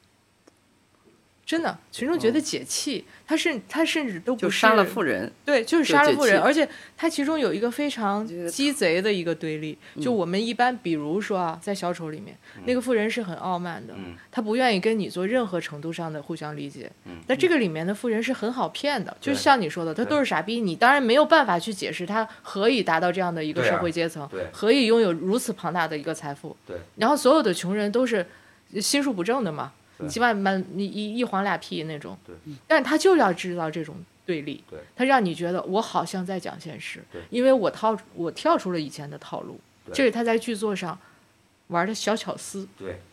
真的，群众觉得解气。他甚他甚至都不是就杀了富人， 对，就是杀了富人，而且他其中有一个非常鸡贼的一个对立。就我们一般，比如说啊，在小丑里面，那个富人是很傲慢的，他不愿意跟你做任何程度上的互相理解。但这个里面的富人是很好骗的，就像你说的，他都是傻逼，你当然没有办法去解释他何以达到这样的一个社会阶层，何以拥有如此庞大的一个财富。然后所有的穷人都是心术不正的嘛。几万满你一一黄俩屁那种，但他就要制造这种对立，他让你觉得我好像在讲现实，因为我套我跳出了以前的套路，这是他在剧作上玩的小巧思。 对，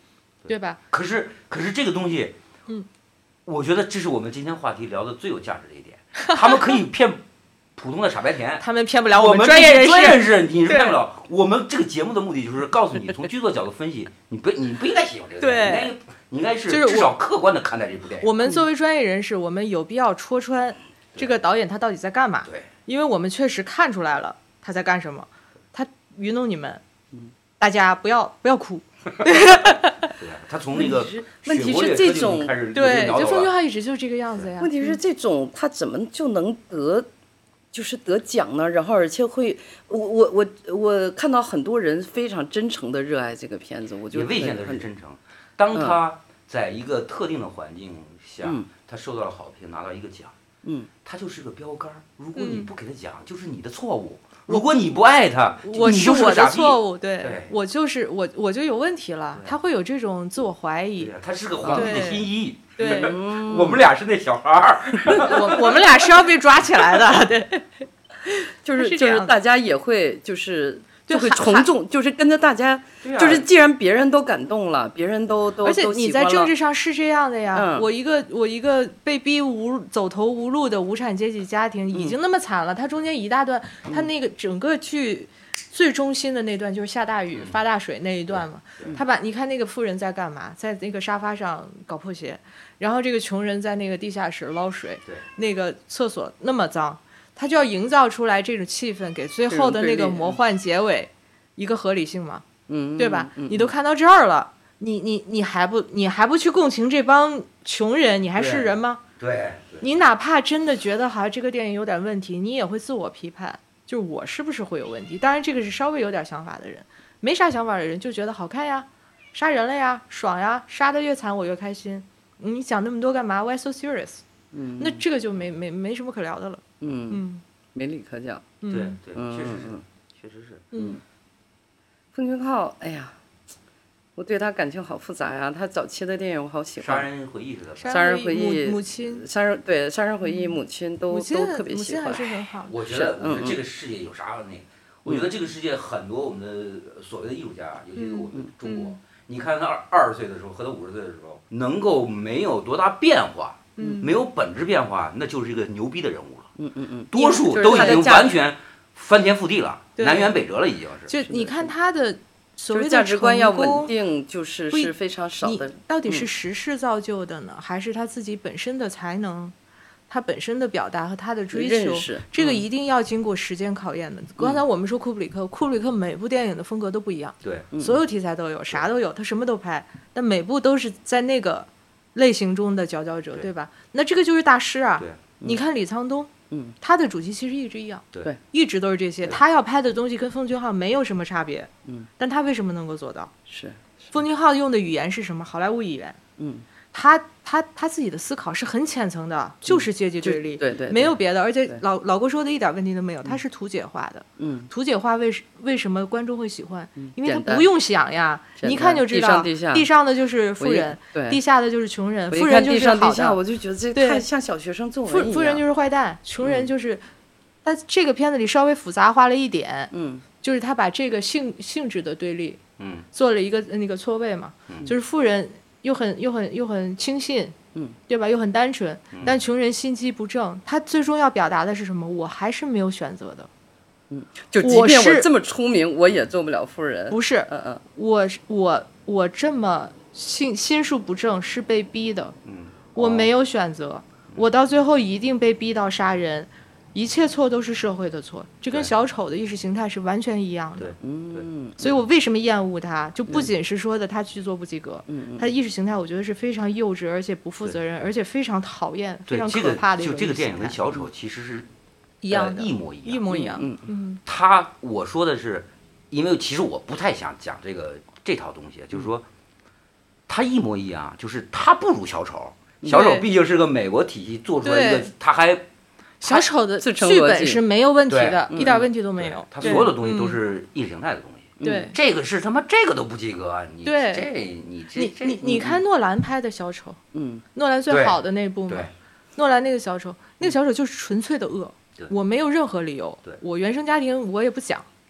对吧？ 可是可是这个东西， 嗯， 我觉得这是我们今天话题聊的最有价值的一点。他们可以骗普通的傻白甜， 他们骗不了我们专业人士。 专业人士你是骗不了。我们这个节目的目的就是告诉你，从剧作角度分析，你不你不应该喜欢这个电影，你应该是至少客观的看待这部电影。 我们作为专业人士，我们有必要戳穿这个导演他到底在干嘛？ 对， 因为我们确实看出来了他在干什么，他愚弄你们，大家不要不要哭。 对啊，他从那个问题是这种对，就奉俊昊一直就是这个样子呀。 问题是这种他怎么就能得，就是得奖呢？然后而且会，我我我我看到很多人非常真诚的热爱这个片子，我就也未见得是真诚。当他在一个特定的环境下， 嗯、 他受到了好评，拿到一个奖， 嗯， 他就是个标杆。如果你不给他奖，就是你的错误。如果你不爱他， 我是我的错误， 对， 对我就是我，我就有问题了。他会有这种自我怀疑， 他是个皇帝的心意。 对， 我们俩是那小孩儿， 我我们俩是要被抓起来的，对， 就是就是大家也会就是就会从众，就是跟着大家， 啊、 就是既然别人都感动了，别人都都而且你在政治上是这样的呀。 嗯、 我一个我一个被逼无走投无路的无产阶级家庭，已经那么惨了，他中间一大段，他那个整个剧最中心的那段就是下大雨、发大水那一段嘛。他把你看那个富人在干嘛，在那个沙发上搞破鞋，然后这个穷人在那个地下室捞水，那个厕所那么脏。他就要营造出来这种气氛，给最后的那个魔幻结尾一个合理性嘛， 嗯， 对吧？ 嗯、 你都看到这儿了，你你你还不你还不去共情这帮穷人，你还是人吗？ 对，对你哪怕真的觉得好像这个电影有点问题，你也会自我批判，就是我是不是会有问题？当然，这个是稍微有点想法的人，没啥想法的人就觉得好看呀，杀人了呀，爽呀，杀得越惨我越开心。你讲那么多干嘛 ？Why so serious？ 嗯， 那这个就没没没什么可聊的了。 嗯嗯， 没理可讲。 对对，确实是， 嗯、 确实是。 嗯， 奉俊昊，哎呀，我对他感情好复杂呀。他早期的电影我好喜欢， 杀人回忆是的， 杀人回忆、 母亲、 杀人对杀人回忆、母亲都都特别喜欢。 母亲还是很好。 我觉得，我觉得这个世界有啥那个？我觉得这个世界很多我们的所谓的艺术家，尤其是我们中国，你看他二二十岁的时候和他五十岁的时候，能够没有多大变化。 嗯， 没有本质变化，那就是一个牛逼的人物了。 嗯嗯嗯， 多数都已经完全翻天覆地了，南辕北辙了，已经是。 就你看他的所谓的价值观要稳定，就是是非常少的。 到底是时势造就的呢，嗯、还是他自己本身的才能，他本身的表达和他的追求？这个一定要经过时间考验的。嗯、刚才我们说库布里克，库布里克每部电影的风格都不一样， 对， 所有题材都有，啥都有，他什么都拍，但每部都是在那个类型中的佼佼者， 对, 对吧？那这个就是大师啊！ 对， 你看李沧东， 嗯， 他的主题其实一直一样， 对， 一直都是这些。他要拍的东西跟奉俊昊没有什么差别， 嗯， 但他为什么能够做到？ 是， 奉俊昊用的语言是什么？好莱坞语言， 嗯， 他他他自己的思考是很浅层的，就是阶级对立， 对 对, 对， 没有别的。而且老老郭说的一点问题都没有，他是图解化的， 嗯， 图解化为为什么观众会喜欢？ 嗯、 因为他不用想呀，你一看就知道， 地上地上的就是富人，地下的就是穷人，富人就是好的。 我就觉得这太像小学生作文一样。 富富人就是坏蛋，穷人就是。但这个片子里稍微复杂化了一点， 嗯， 就是他把这个性性质的对立， 嗯， 做了一个那个错位嘛， 嗯、 就是富人又很又很又很轻信， 嗯， 对吧？又很单纯， 嗯、 但穷人心机不正。他最终要表达的是什么？我还是没有选择的， 嗯，就即便我这么出名，我也做不了富人。 不是， 嗯嗯， 我我我这么心心术不正是被逼的， 嗯， 我没有选择，我到最后一定被逼到杀人。一切错都是社会的错，这跟小丑的意识形态是完全一样的。 对， 嗯， 所以我为什么厌恶他？就不仅是说的他剧作不及格， 嗯， 他的意识形态我觉得是非常幼稚，而且不负责任，而且非常讨厌、非常可怕的一种。就这个电影跟小丑其实是一样的， 一模一样， 一模一样。 嗯嗯。 他我说的是，因为其实我不太想讲这个这套东西，就是说，他一模一样，就是他不如小丑。小丑毕竟是个美国体系做出来一个，他还。 小丑的剧本是没有问题的，一点问题都没有。 他所有的东西都是意识形态的东西。 对， 这个是他妈这个都不及格，你对这你这你你你看诺兰拍的小丑， 嗯， 诺兰最好的那部嘛，诺兰那个小丑，那个小丑就是纯粹的恶，我没有任何理由，我原生家庭我也不讲，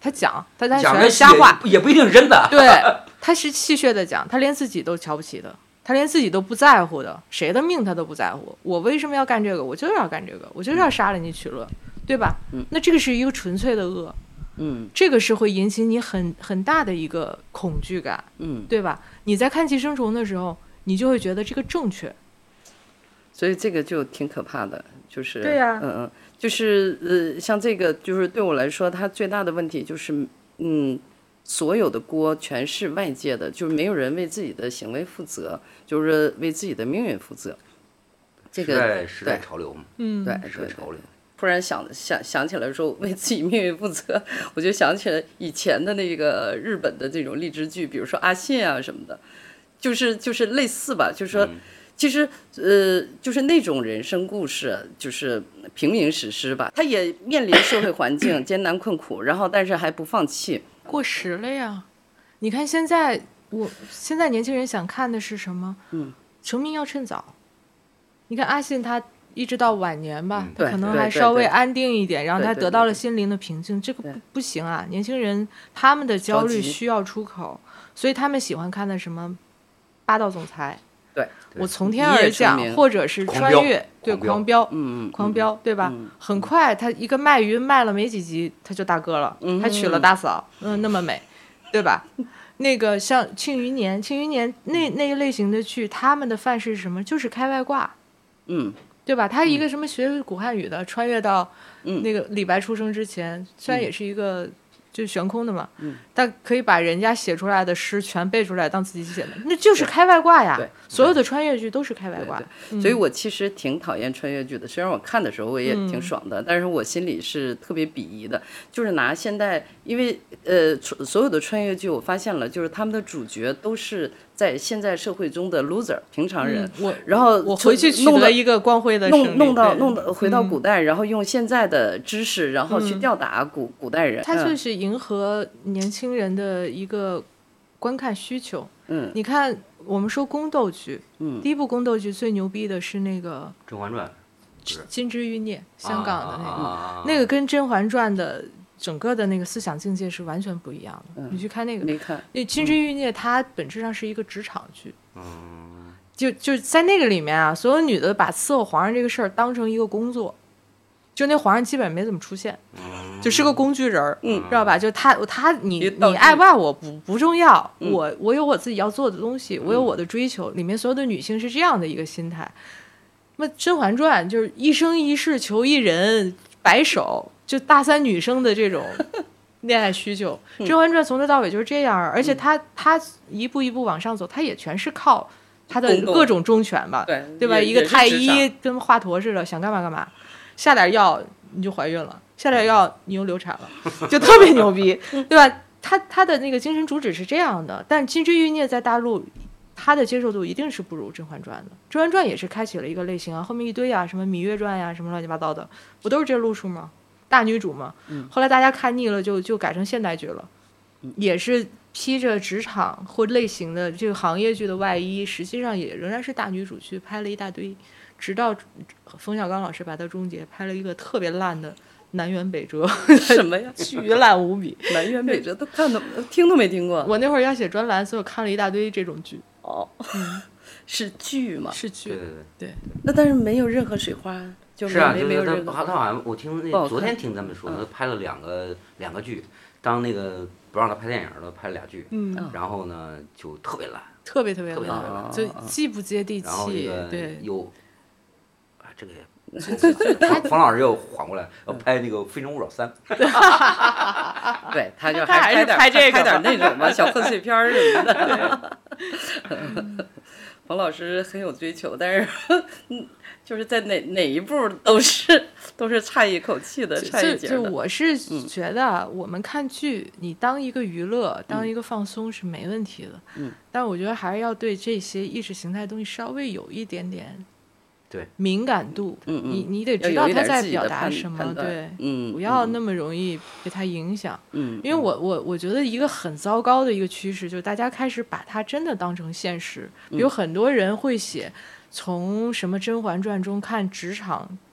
他讲，他他喜讲的欢瞎话， 也不一定是真的。 对，他是戏谑的讲，他连自己都瞧不起的，他连自己都不在乎的，谁的命他都不在乎。我为什么要干这个？我就是要干这个，我就是要杀了你取乐，对吧？ 嗯， 那这个是一个纯粹的恶， 嗯， 这个是会引起你很很大的一个恐惧感， 嗯， 对吧？你在看《寄生虫》的时候，你就会觉得这个正确， 所以这个就挺可怕的，就是对呀嗯嗯，就是呃，像这个就是对我来说，它最大的问题就是嗯。所有的锅全是外界的，就是没有人为自己的行为负责，就是为自己的命运负责。这个时代时代对潮流嘛， 嗯， 对时代潮流。 突然想想想起来说为自己命运负责，我就想起来以前的那个日本的这种励志剧，比如说阿信啊什么的，就是就是类似吧，就是说。 嗯其实，呃，就是那种人生故事，就是平民史诗吧。他也面临社会环境艰难困苦，然后但是还不放弃。 过时了呀。你看现在，我现在年轻人想看的是什么？ 嗯， 成名要趁早。你看阿信他一直到晚年吧， 嗯他可能对对还稍微对安定一点，然后他对对得到了对心灵的平静。这个对不不行啊，年轻人他们的焦虑着急需要出口，所以他们喜欢看的什么霸道总裁。 对， 我从天一夜而降， 成名或者是狂飙穿越，对， 狂飙狂飙， 嗯嗯， 狂飙，对吧？ 嗯很快，他一个卖鱼卖了没几集，他就大哥了， 嗯他娶了大嫂，嗯，那么美，对吧？那个像《庆余年》，《庆余年》那那一类型的剧，他们的范式是什么？就是开外挂， 嗯对吧？他一个什么学古汉语的，穿越到嗯那个李白出生之前，虽然也是一个就是悬空的嘛， 嗯， 但可以把人家写出来的诗全背出来当自己写的，那就是开外挂呀。 对， 所有的穿越剧都是开外挂。 对嗯所以我其实挺讨厌穿越剧的，虽然我看的时候我也嗯挺爽的，但是我心里是特别鄙夷的。就是拿现代，因为呃，所有的穿越剧我发现了，就是他们的主角都是在现在社会中的 loser 平常人， 嗯我然后我回去取弄到得一个光辉的胜利弄弄到对弄到回到嗯古代，然后用现在的知识，然后去吊打古古代人。 它就嗯是迎合年轻人的一个观看需求。 嗯你看，我们说宫斗剧， 嗯第一部宫斗剧最牛逼的是那个 《甄嬛传》 《金枝欲孽》，香港的那个， 啊那个跟《甄嬛传》的整个的那个思想境界是完全不一样的。 嗯你去看那个， 没看， 因为《金枝欲孽》它本质上是一个职场剧。 嗯， 就就在那个里面啊，所有女的把伺候皇上这个事儿当成一个工作，就那皇上基本没怎么出现，就是个工具人儿， 嗯知道吧？就他他你一道具你爱不爱我不不重要， 嗯我我有我自己要做的东西，我有我的追求。里面所有的女性是这样的一个心态。那么《甄嬛传》就是一生一世求一人，白首，就大三女生的这种恋爱需求。 嗯 《甄嬛传》从头到尾就是这样，而且它它一步一步往上走，它也全是靠它的宫斗各种忠犬吧， 对对吧？ 也一个太也是职场医跟华佗似的，想干嘛干嘛，下点药你就怀孕了，下点药你又流产了，就特别牛逼，对吧？他他的那个精神主旨是这样的，但《金枝欲孽》在大陆，他的接受度一定是不如《甄嬛传》的，《甄嬛传》也是开启了一个类型啊，后面一堆啊，什么《芈月传》呀，什么乱七八糟的，不都是这路数吗？大女主嘛， 嗯后来大家看腻了就，就改成现代剧了，也是披着职场或类型的这个行业剧的外衣，实际上也仍然是大女主去拍了一大堆，直到冯小刚老师把它终结，拍了一个特别烂的《南辕北辙》， 什么呀？ 巨烂无比。 南辕北辙都看都听都没听过。 我那会儿要写专栏，所以我看了一大堆这种剧， 哦，是剧嘛？ 是剧对，对对。 对， 那但是没有任何水花，就是啊， 没就是他没有任何。 他他好像我听不好看那昨天听他们说，他拍了两个两个剧，当那个不让他拍电影了，拍了俩剧， 嗯， 然后呢就特别烂， 特别特别特别烂， 烂就既不接地然后这气， 个对， 又啊这个也。冯冯老师又缓过来，要拍那个《非诚勿扰三》， 对，他就他还是拍点拍这个拍点那种吧，小贺岁片儿什么的。冯老师很有追求，但是嗯，就是在哪哪一步都是都是差一口气的，差就就一截的。 我是觉得，我们看剧，你当一个娱乐，当一个放松是没问题的。 嗯， 但我觉得还是要对这些意识形态的东西稍微有一点点对敏感度。 嗯嗯你你得要知道他有一点自己在表达的判什么， 判断对， 嗯， 不要嗯那么容易被他影响。 嗯， 因为我我我觉得一个很糟糕的一个趋势，就是大家开始把它真的当成现实。比如很多人会写从什么《甄嬛传》中看职场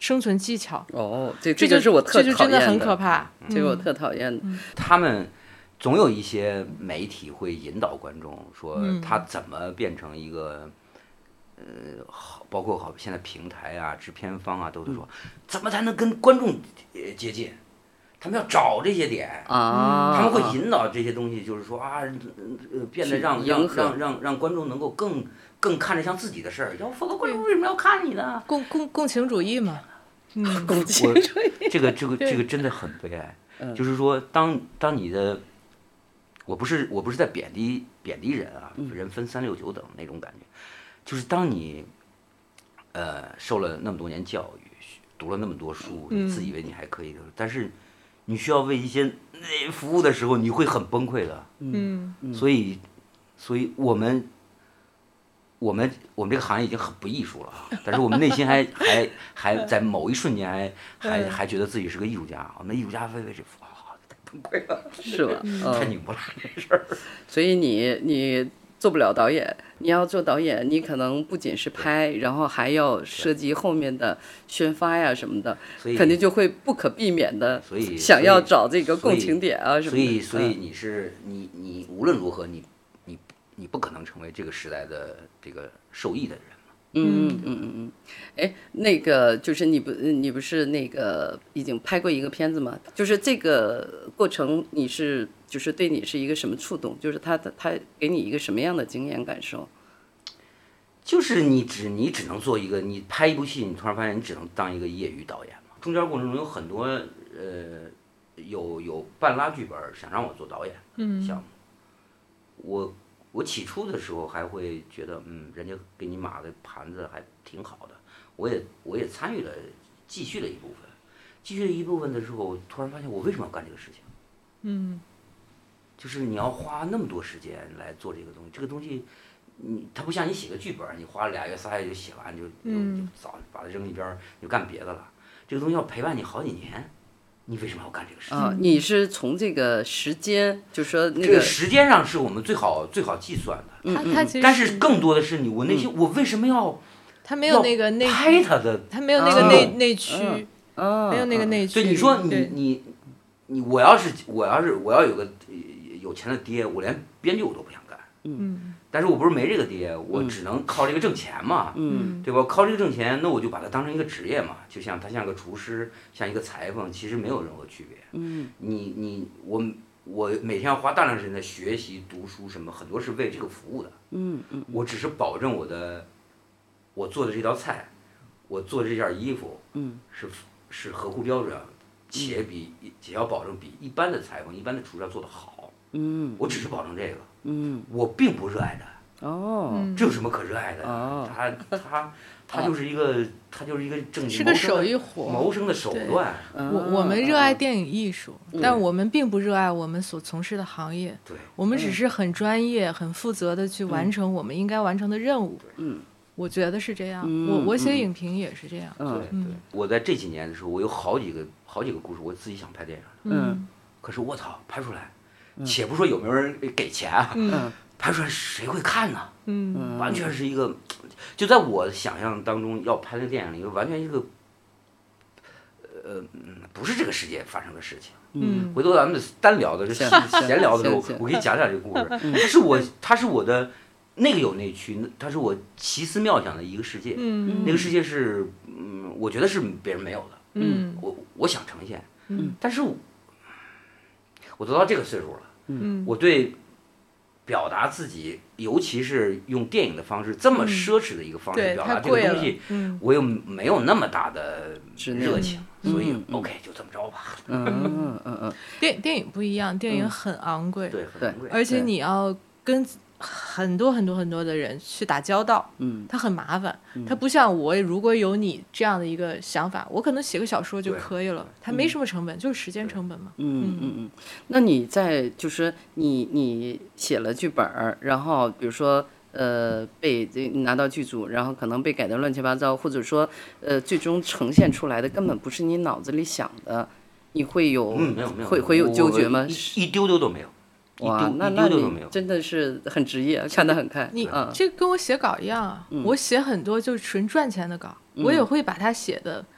生存技巧。 哦，这这就是我特这就讨厌真的很可怕。 这个我特讨厌的。 他们总有一些媒体会引导观众说嗯他怎么变成一个。呃，好，包括好现在平台啊、制片方啊，都是说怎么才能跟观众呃接近？他们要找这些点啊， 他们会引导这些东西，就是说啊，呃，变得让让让让让观众能够更更看着像自己的事儿，要否则观众为什么要看你呢？ 共共共情主义嘛，嗯， 共情主义。 这个这个这个真的很悲哀，就是说当当你的，我不是我不是在贬低贬低人啊，人分三六九等那种感觉。就是当你，呃，受了那么多年教育，读了那么多书，你自以为你还可以的，但是你需要为一些服务的时候，你会很崩溃的。 嗯， 所以，所以我们，我们我们这个行业已经很不艺术了，但是我们内心还还还在某一瞬间还还还觉得自己是个艺术家。我们艺术家为为这服啊，太崩溃了， 是吧？ 太拧巴了这事儿。 所以你你。做不了导演，你要做导演，你可能不仅是拍，然后还要涉及后面的宣发呀什么的，肯定就会不可避免的， 所以想要找这个共情点啊什么的。 所以，所以你是你你无论如何，你你你不可能成为这个时代的这个受益的人。 嗯嗯嗯嗯，哎，那个就是你不你不是那个已经拍过一个片子吗？就是这个过程你是就是对你是一个什么触动？就是他他给你一个什么样的经验感受？ 就是你只你只能做一个，你拍一部戏，你突然发现你只能当一个业余导演嘛。中间过程中有很多呃有有半拉剧本想让我做导演项目，我。我起初的时候还会觉得，嗯，人家给你码的盘子还挺好的，我也我也参与了，继续了一部分，继续了一部分的时候，突然发现我为什么要干这个事情？ 嗯， 就是你要花那么多时间来做这个东西，这个东西，你它不像你写个剧本，你花俩月仨月就写完，就就就早把它扔一边，就干别的了。这个东西要陪伴你好几年。你为什么要干这个事情？ 啊，你是从这个时间，就说那个、 这个时间上是我们最好最好计算的。 他他其实， 但是更多的是你，我内心、嗯、我为什么要？ 他没有那个内拍他的， 他没有那个内、嗯、内驱， 嗯、 没有那个内驱。 对，你说你你你，我要是我要是我要有个有钱的爹，我连编剧我都不想干。 嗯。 但是我不是没这个爹，我只能靠这个挣钱嘛， 嗯， 对吧？靠这个挣钱，那我就把它当成一个职业嘛，就像他像个厨师，像一个裁缝，其实没有任何区别。 嗯， 你你我我每天要花大量时间在学习、读书什么，很多是为这个服务的。 嗯嗯， 我只是保证我的，我做的这道菜，我做的这件衣服， 嗯， 是是合乎标准，且比且要保证比一般的裁缝、一般的厨师要做得好。 嗯， 我只是保证这个。 嗯， 我并不热爱它。 哦， 这有什么可热爱的？ 哦， 他他他就是一个，他就是一个正是个手艺活， 谋生的手段。 我我们热爱电影艺术，但我们并不热爱我们所从事的行业。 对， 我们只是很专业、很负责的去完成我们应该完成的任务。 嗯， 我觉得是这样。我我写影评也是这样。 对对，我在这几年的时候，我有好几个好几个故事，我自己想拍电影的。嗯， 可是我操，拍出来，且不说有没有人给钱啊。 嗯。 拍出来谁会看呢？ 嗯， 完全是一个，就在我想象当中要拍的电影里，完全一个，呃，不是这个世界发生的事情。 嗯， 回头咱们单聊的是闲聊的时候，我给你讲讲这个故事。它是我，它是我的那个有内驱，它是我奇思妙想的一个世界。 嗯， 那个世界是，嗯，我觉得是别人没有的。 嗯， 我我想呈现。 嗯， 但是我，我都到这个岁数了。 嗯， 我对。表达自己，尤其是用电影的方式，这么奢侈的一个方式表达这个东西， 嗯、 我又没有那么大的热情， 嗯、 所以、 嗯、 OK 就这么着吧。 嗯嗯嗯嗯， 电电影不一样，电影很昂贵， 对，很昂贵， 而且你要跟很多很多很多的人去打交道， 嗯， 它很麻烦， 嗯、 它不像我，如果有你这样的一个想法，我可能写个小说就可以了，它没什么成本，就是时间成本嘛。 嗯嗯嗯。那你在就是你你写了剧本，然后比如说呃被拿到剧组，然后可能被改得乱七八糟，或者说呃最终呈现出来的根本不是你脑子里想的，你会有、 嗯、没有没有会会有纠结吗？ 一, 一丢丢都没有。 哇，那那你真的是很职业，看得很开。 你、 嗯、 这跟我写稿一样啊， 嗯、 我写很多就是纯赚钱的稿， 嗯、 我也会把它写的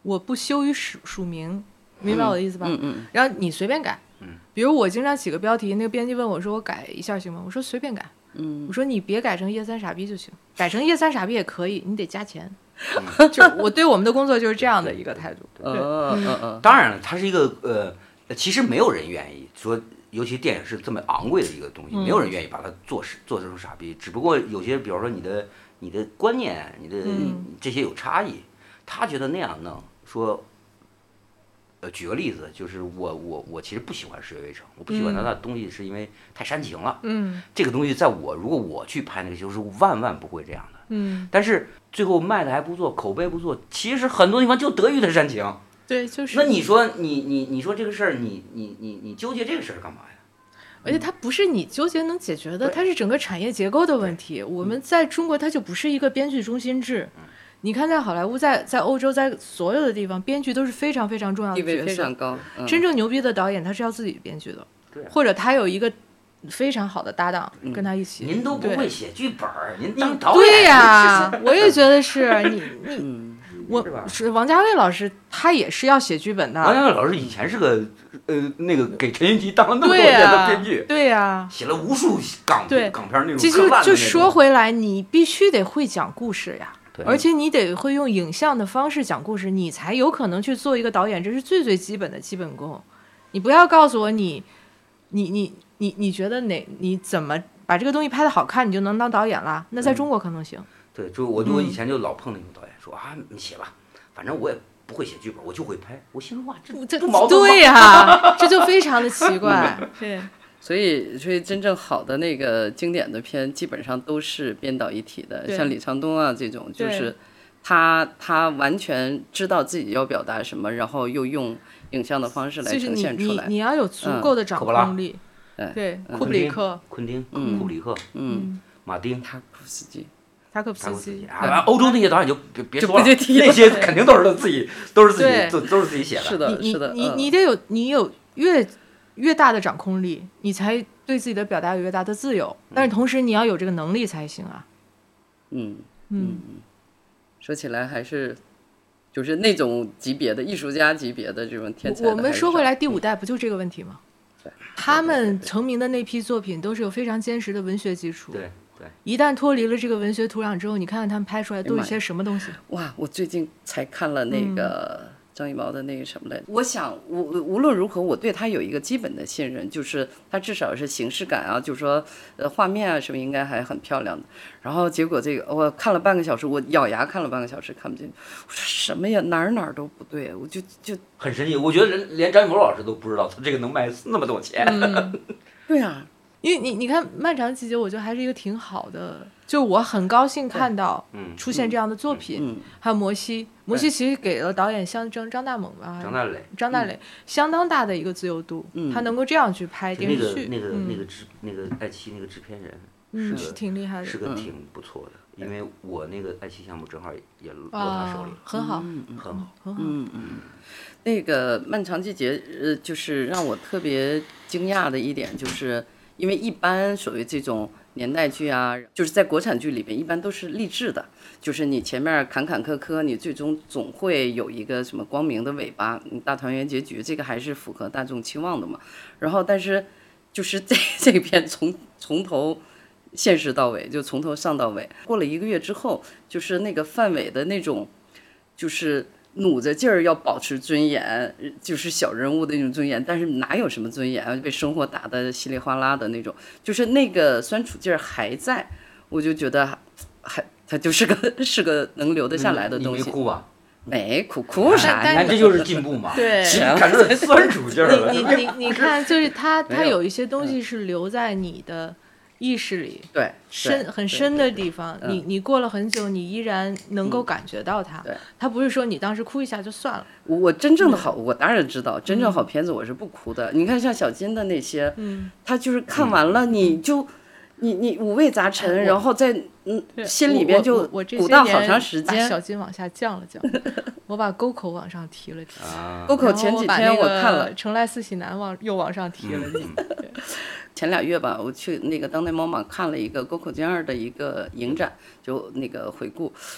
我不羞于署署名，明白我的意思吧？ 嗯嗯， 然后你随便改， 嗯， 比如我经常起个标题，那个编辑问我说我改一下行吗？我说随便改， 嗯， 我说你别改成叶三傻逼就行，改成叶三傻逼也可以，你得加钱。就我对我们的工作就是这样的一个态度。 嗯嗯嗯， 当然了，它是一个呃，其实没有人愿意说，尤其电影是这么昂贵的一个东西，没有人愿意把它做做成傻逼。只不过有些，比如说你的你的观念，你的这些有差异，他觉得那样弄，说，呃，举个例子，就是我我我其实不喜欢《十月围城》，我不喜欢他的东西是因为太煽情了。 嗯， 这个东西在我如果我去拍那个戏，是万万不会这样的。 嗯， 但是最后卖的还不错，口碑不错，其实很多地方就得益于他煽情。 对，就是。 那你说你你你说这个事儿，你你你你纠结这个事儿干嘛呀？ 而且它不是你纠结能解决的，它是整个产业结构的问题。我们在中国，它就不是一个编剧中心制。你看，在好莱坞，在在欧洲，在所有的地方，编剧都是非常非常重要的角色， 地位非常高。嗯、 真正牛逼的导演，他是要自己编剧的， 对、啊， 或者他有一个非常好的搭档、嗯、跟他一起。 您都不会写剧本，您当导演？ 对呀、啊，我也觉得是你你。 嗯我是王家卫老师，他也是要写剧本的。 王家卫老师以前是个呃那个给陈云吉当了那么多年的编剧， 对呀、啊， 写了无数港港片那种。 其实就说回来，你必须得会讲故事呀，而且你得会用影像的方式讲故事，你才有可能去做一个导演，这是最最基本的基本功。你不要告诉我你你你你你觉得哪你怎么把这个东西拍得好看，你就能当导演了？那在中国可能行。 嗯对，就我我以前就老碰那种导演说啊，你写吧，反正我也不会写剧本，我就会拍。我心说哇，这不矛盾吗？ 对呀、啊，这就非常的奇怪。对， 所以所以真正好的那个经典的片，基本上都是编导一体的，像李长东啊这种，就是他他完全知道自己要表达什么，然后又用影像的方式来呈现出来。 就是、你你你要有足够的掌控力。 嗯、 对， 嗯、 库布里克、 昆汀、 嗯、 库布里克、 嗯、 马丁、 塔可夫斯基。 塔可夫斯基啊，欧洲那些导演就别别说了， 那些肯定都是他自己，都是自己，都都是自己写的。 是的，是的。 你你你得有，你有越越大的掌控力，你才对自己的表达有越大的自由。但是同时你要有这个能力才行啊。 嗯嗯，说起来还是就是那种级别的艺术家级别的这种天才。 我们说回来，第五代不就这个问题吗？ 对， 他们成名的那批作品都是有非常坚实的文学基础。 对。 一旦脱离了这个文学土壤之后，你看看他们拍出来都有些什么东西。 哇，我最近才看了那个张艺谋的那个什么来着、嗯、我想无无论如何我对他有一个基本的信任，就是他至少是形式感啊，就是说呃画面啊什么应该还很漂亮的。然后结果这个我看了半个小时，我咬牙看了半个小时看不进，我说什么呀，哪儿哪儿都不对，我就就很神奇。我觉得人连张艺谋老师都不知道他这个能卖那么多钱。 嗯、 对啊。 因为你你看《漫长季节》，我觉得还是一个挺好的，就我很高兴看到出现这样的作品。 嗯嗯、 还有摩西，摩西其实给了导演像张张大猛吧， 张大磊， 张大磊、嗯、相当大的一个自由度， 嗯、 他能够这样去拍电视剧。 那个那个、 嗯、 那个制那个爱奇艺那个制片人， 嗯， 是挺厉害的， 是个挺不错的。嗯、因为我那个爱奇艺项目正好也落他手里， 啊、很好， 嗯、 很好， 很好。 嗯嗯。那个《漫长季节》呃，就是让我特别惊讶的一点就是。因为一般所谓这种年代剧啊，就是在国产剧里边一般都是励志的，就是你前面坎坎坷坷，你最终总会有一个什么光明的尾巴，大团圆结局，这个还是符合大众期望的嘛。然后但是就是这这篇从从头现实到尾，就从头上到尾，过了一个月之后，就是那个范伟的那种就是努着劲儿要保持尊严，就是小人物的那种尊严，但是哪有什么尊严啊？被生活打得稀里哗啦的那种，就是那个酸楚劲儿还在，我就觉得还它就是个是个能留得下来的东西。 你没哭吧？ 没哭哭啥呀？ 你看这就是进步嘛。 对， 感觉酸楚劲儿了。 你你你你看，就是他他有一些东西是留在你的意识里， 对， 深很深的地方，你你过了很久，你依然能够感觉到它。 对， 它不是说你当时哭一下就算了。 我我真正的好，我当然知道，真正好片子我是不哭的。你看像小金的那些， 嗯， 他就是看完了你就。你你五味杂陈，然后在嗯心里边就鼓荡好长时间。 把小金往下降了降，我把沟口往上提了提。 沟口前几天我看了， 城来四喜男往又往上提了提。 前俩月吧，我去那个当代猫马看了一个沟口健二的一个影展，就那个回顾，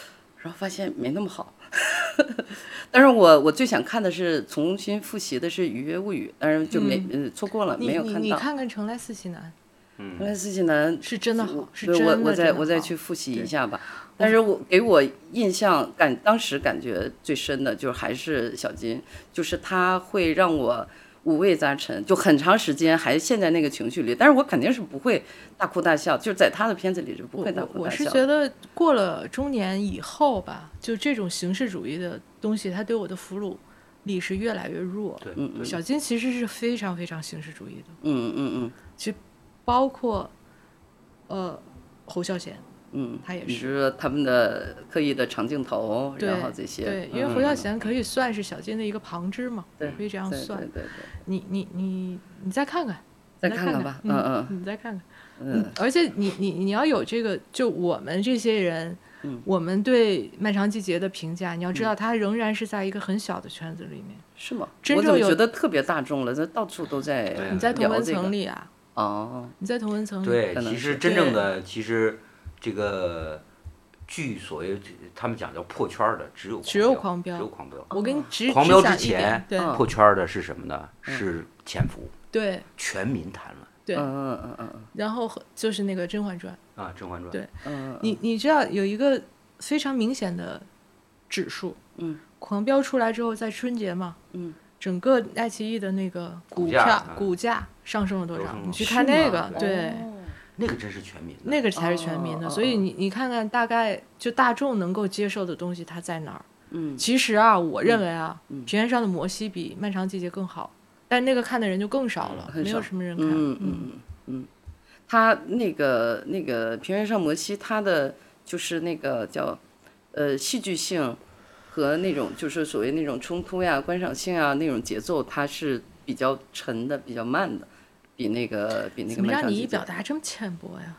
然后发现没那么好。但是我我最想看的是重新复习的是《雨夜物语》，但是就没、嗯、呃错过了，没有看到。 你你看看《城来四喜男》， 嗯， 城来四喜男是真的好，是对真的我我再真的好我再去复习一下吧。但是我给我印象感当时感觉最深的就是还是小金，就是他会让我五味杂陈，就很长时间还陷在那个情绪里，但是我肯定是不会大哭大笑，就是在他的片子里是不会大哭大笑。 我我是觉得过了中年以后吧，就这种形式主义的东西，它对我的俘虏力是越来越弱。 对， 嗯嗯小金其实是非常非常形式主义的， 嗯嗯嗯其实包括呃侯孝贤， 嗯， 他也是你是说他们的刻意的长镜头， 对然后这些， 对，因为侯孝贤可以算是小金的一个旁支嘛， 对可以这样对算。 对对对， 你你你你再看看， 再你看看吧， 嗯嗯你再看看。 嗯而且你你你要有这个，就我们这些人， 嗯我们对《漫长季节》的评价，你要知道，它仍然是在一个很小的圈子里面。 是吗？ 真正有我怎么觉得特别大众了？这到处都在对你在同文聊这个层里啊， 哦， 你在同文层里， 对， 可能是其实真正的其实这个剧所谓他们讲叫破圈儿的，只有只有狂狂飙只有狂飙。 我跟你只狂飙只讲一之前点，对嗯破圈儿的是什么呢？是潜伏， 对全民谈了对， 嗯嗯嗯嗯然后和就是那个《甄嬛传》， 啊，《甄嬛传》 对嗯， 你你知道有一个非常明显的指数， 嗯， 狂飙出来之后，在春节嘛， 嗯， 整个爱奇艺的那个股股价票啊股价上升了多少？ 都升了你去看那个，对。 哦那个真是全民的， 那个才是全民的， 哦所以你你看看，大概就大众能够接受的东西它在哪儿？ 嗯其实啊，我认为啊， 嗯平原上的摩西比漫长季节更好，但那个看的人就更少了，没有很少什么人看。 嗯嗯嗯嗯，他那个那个平原上摩西，他的就是那个叫呃戏剧性和那种就是所谓那种冲突呀、观赏性啊那种节奏，它是比较沉的、比较慢的，比那个比那个怎么让你一漫长季节表达这么浅薄呀？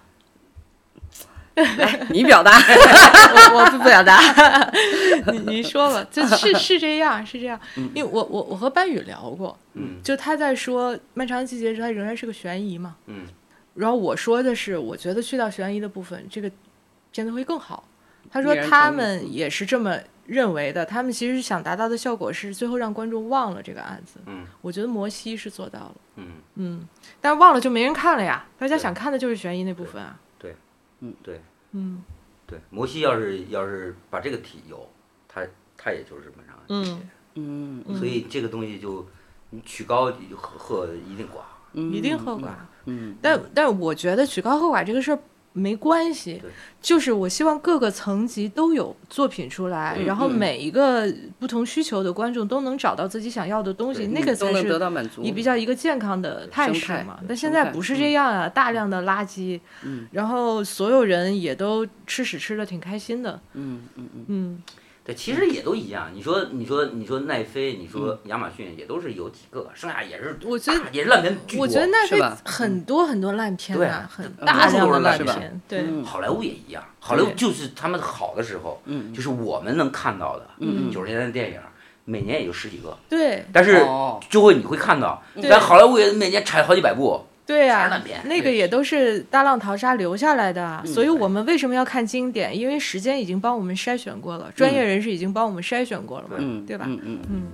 你表达， 我我不表达，你你说吧，就是是这样，是这样。因为我我我和班宇聊过， 嗯就他在说《漫长季节》它仍然是个悬疑嘛， 嗯然后我说的是，我觉得去掉悬疑的部分，这个片子会更好。他说依然成立他们也是这么认为的，他们其实想达到的效果是最后让观众忘了这个案子。 嗯我觉得摩西是做到了， 嗯， 嗯，但是忘了就没人看了呀，大家对想看的就是悬疑那部分啊， 对， 嗯对嗯对，摩西要是要是把这个体有，他他也就是漫长季节， 嗯所以这个东西就你曲高和和一定挂， 嗯， 一定喝寡。 嗯， 但但我觉得曲高和寡这个事儿没关系对， 就是我希望各个层级都有作品出来， 嗯然后每一个不同需求的观众都能找到自己想要的东西， 对那个才都能得是到满足， 以比较一个健康的态势生态嘛。 对但现在不是这样啊，大量的垃圾， 嗯然后所有人也都吃屎吃的挺开心的， 嗯嗯嗯嗯， 对，其实也都一样。你说你说你说奈飞，你嗯说亚马逊也都是有几个，剩下也是我觉得大也是烂片巨多。 我觉得奈飞是吧很多很多烂片对啊，很多大量的数都是烂片烂片，对， 嗯好莱坞也一样，好莱坞对就是他们好的时候， 嗯就是我们能看到的， 嗯九十年代的电影，每年也就十几个， 对但是哦就会你会看到， 对但好莱坞也每年产好几百部， 对呀、 全是烂片那个也都是大浪淘沙留下来的， 嗯所以我们为什么要看经典？因为时间已经帮我们筛选过了，专业人士已经帮我们筛选过了嘛， 嗯， 对吧？ 嗯嗯嗯，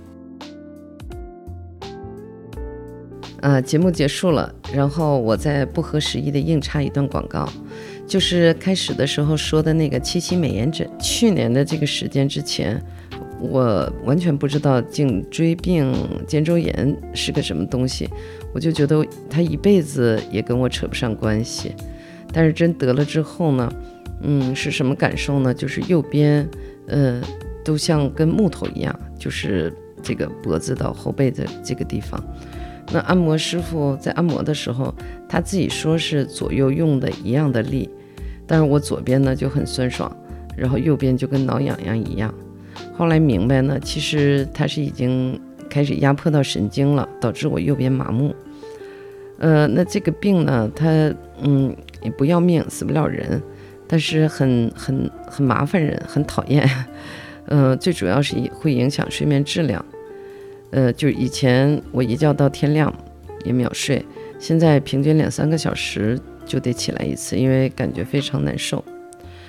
呃，节目结束了，然后我再不合时宜的硬插一段广告，就是开始的时候说的那个七七美颜枕。去年的这个时间之前，我完全不知道颈椎病、肩周炎是个什么东西，我就觉得他一辈子也跟我扯不上关系。但是真得了之后呢，嗯，是什么感受呢？就是右边，呃，都像跟木头一样，就是这个脖子到后背的这个地方。那按摩师傅在按摩的时候，他自己说是左右用的一样的力，但是我左边呢就很酸爽，然后右边就跟挠痒痒一样。后来明白呢，其实他是已经开始压迫到神经了，导致我右边麻木。呃，那这个病呢，它嗯也不要命，死不了人，但是很很很麻烦人，很讨厌。呃，最主要是会影响睡眠质量。呃，就是以前我一觉到天亮也秒睡，现在平均两三个小时就得起来一次，因为感觉非常难受。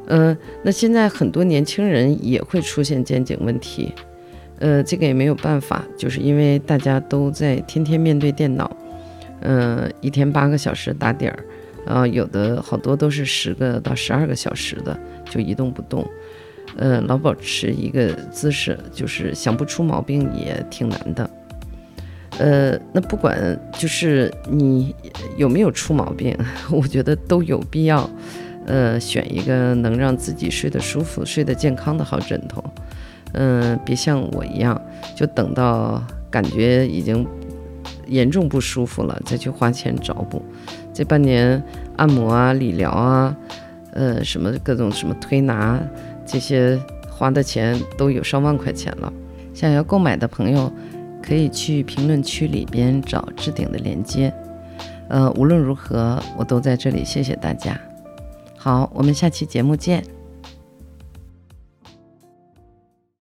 呃，那现在很多年轻人也会出现肩颈问题，呃，这个也没有办法，就是因为大家都在天天面对电脑，呃，一天八个小时打底儿，呃，有的好多都是十个到十二个小时的就一动不动，呃，老保持一个姿势，就是想不出毛病也挺难的。呃，那不管就是你有没有出毛病，我觉得都有必要，呃，选一个能让自己睡得舒服、睡得健康的好枕头。嗯、呃，别像我一样，就等到感觉已经严重不舒服了，再去花钱找补。这半年按摩啊、理疗啊，呃，什么各种什么推拿，这些花的钱都有上万块钱了。想要购买的朋友，可以去评论区里边找置顶的链接。呃，无论如何，我都在这里谢谢大家。好，我们下期节目见。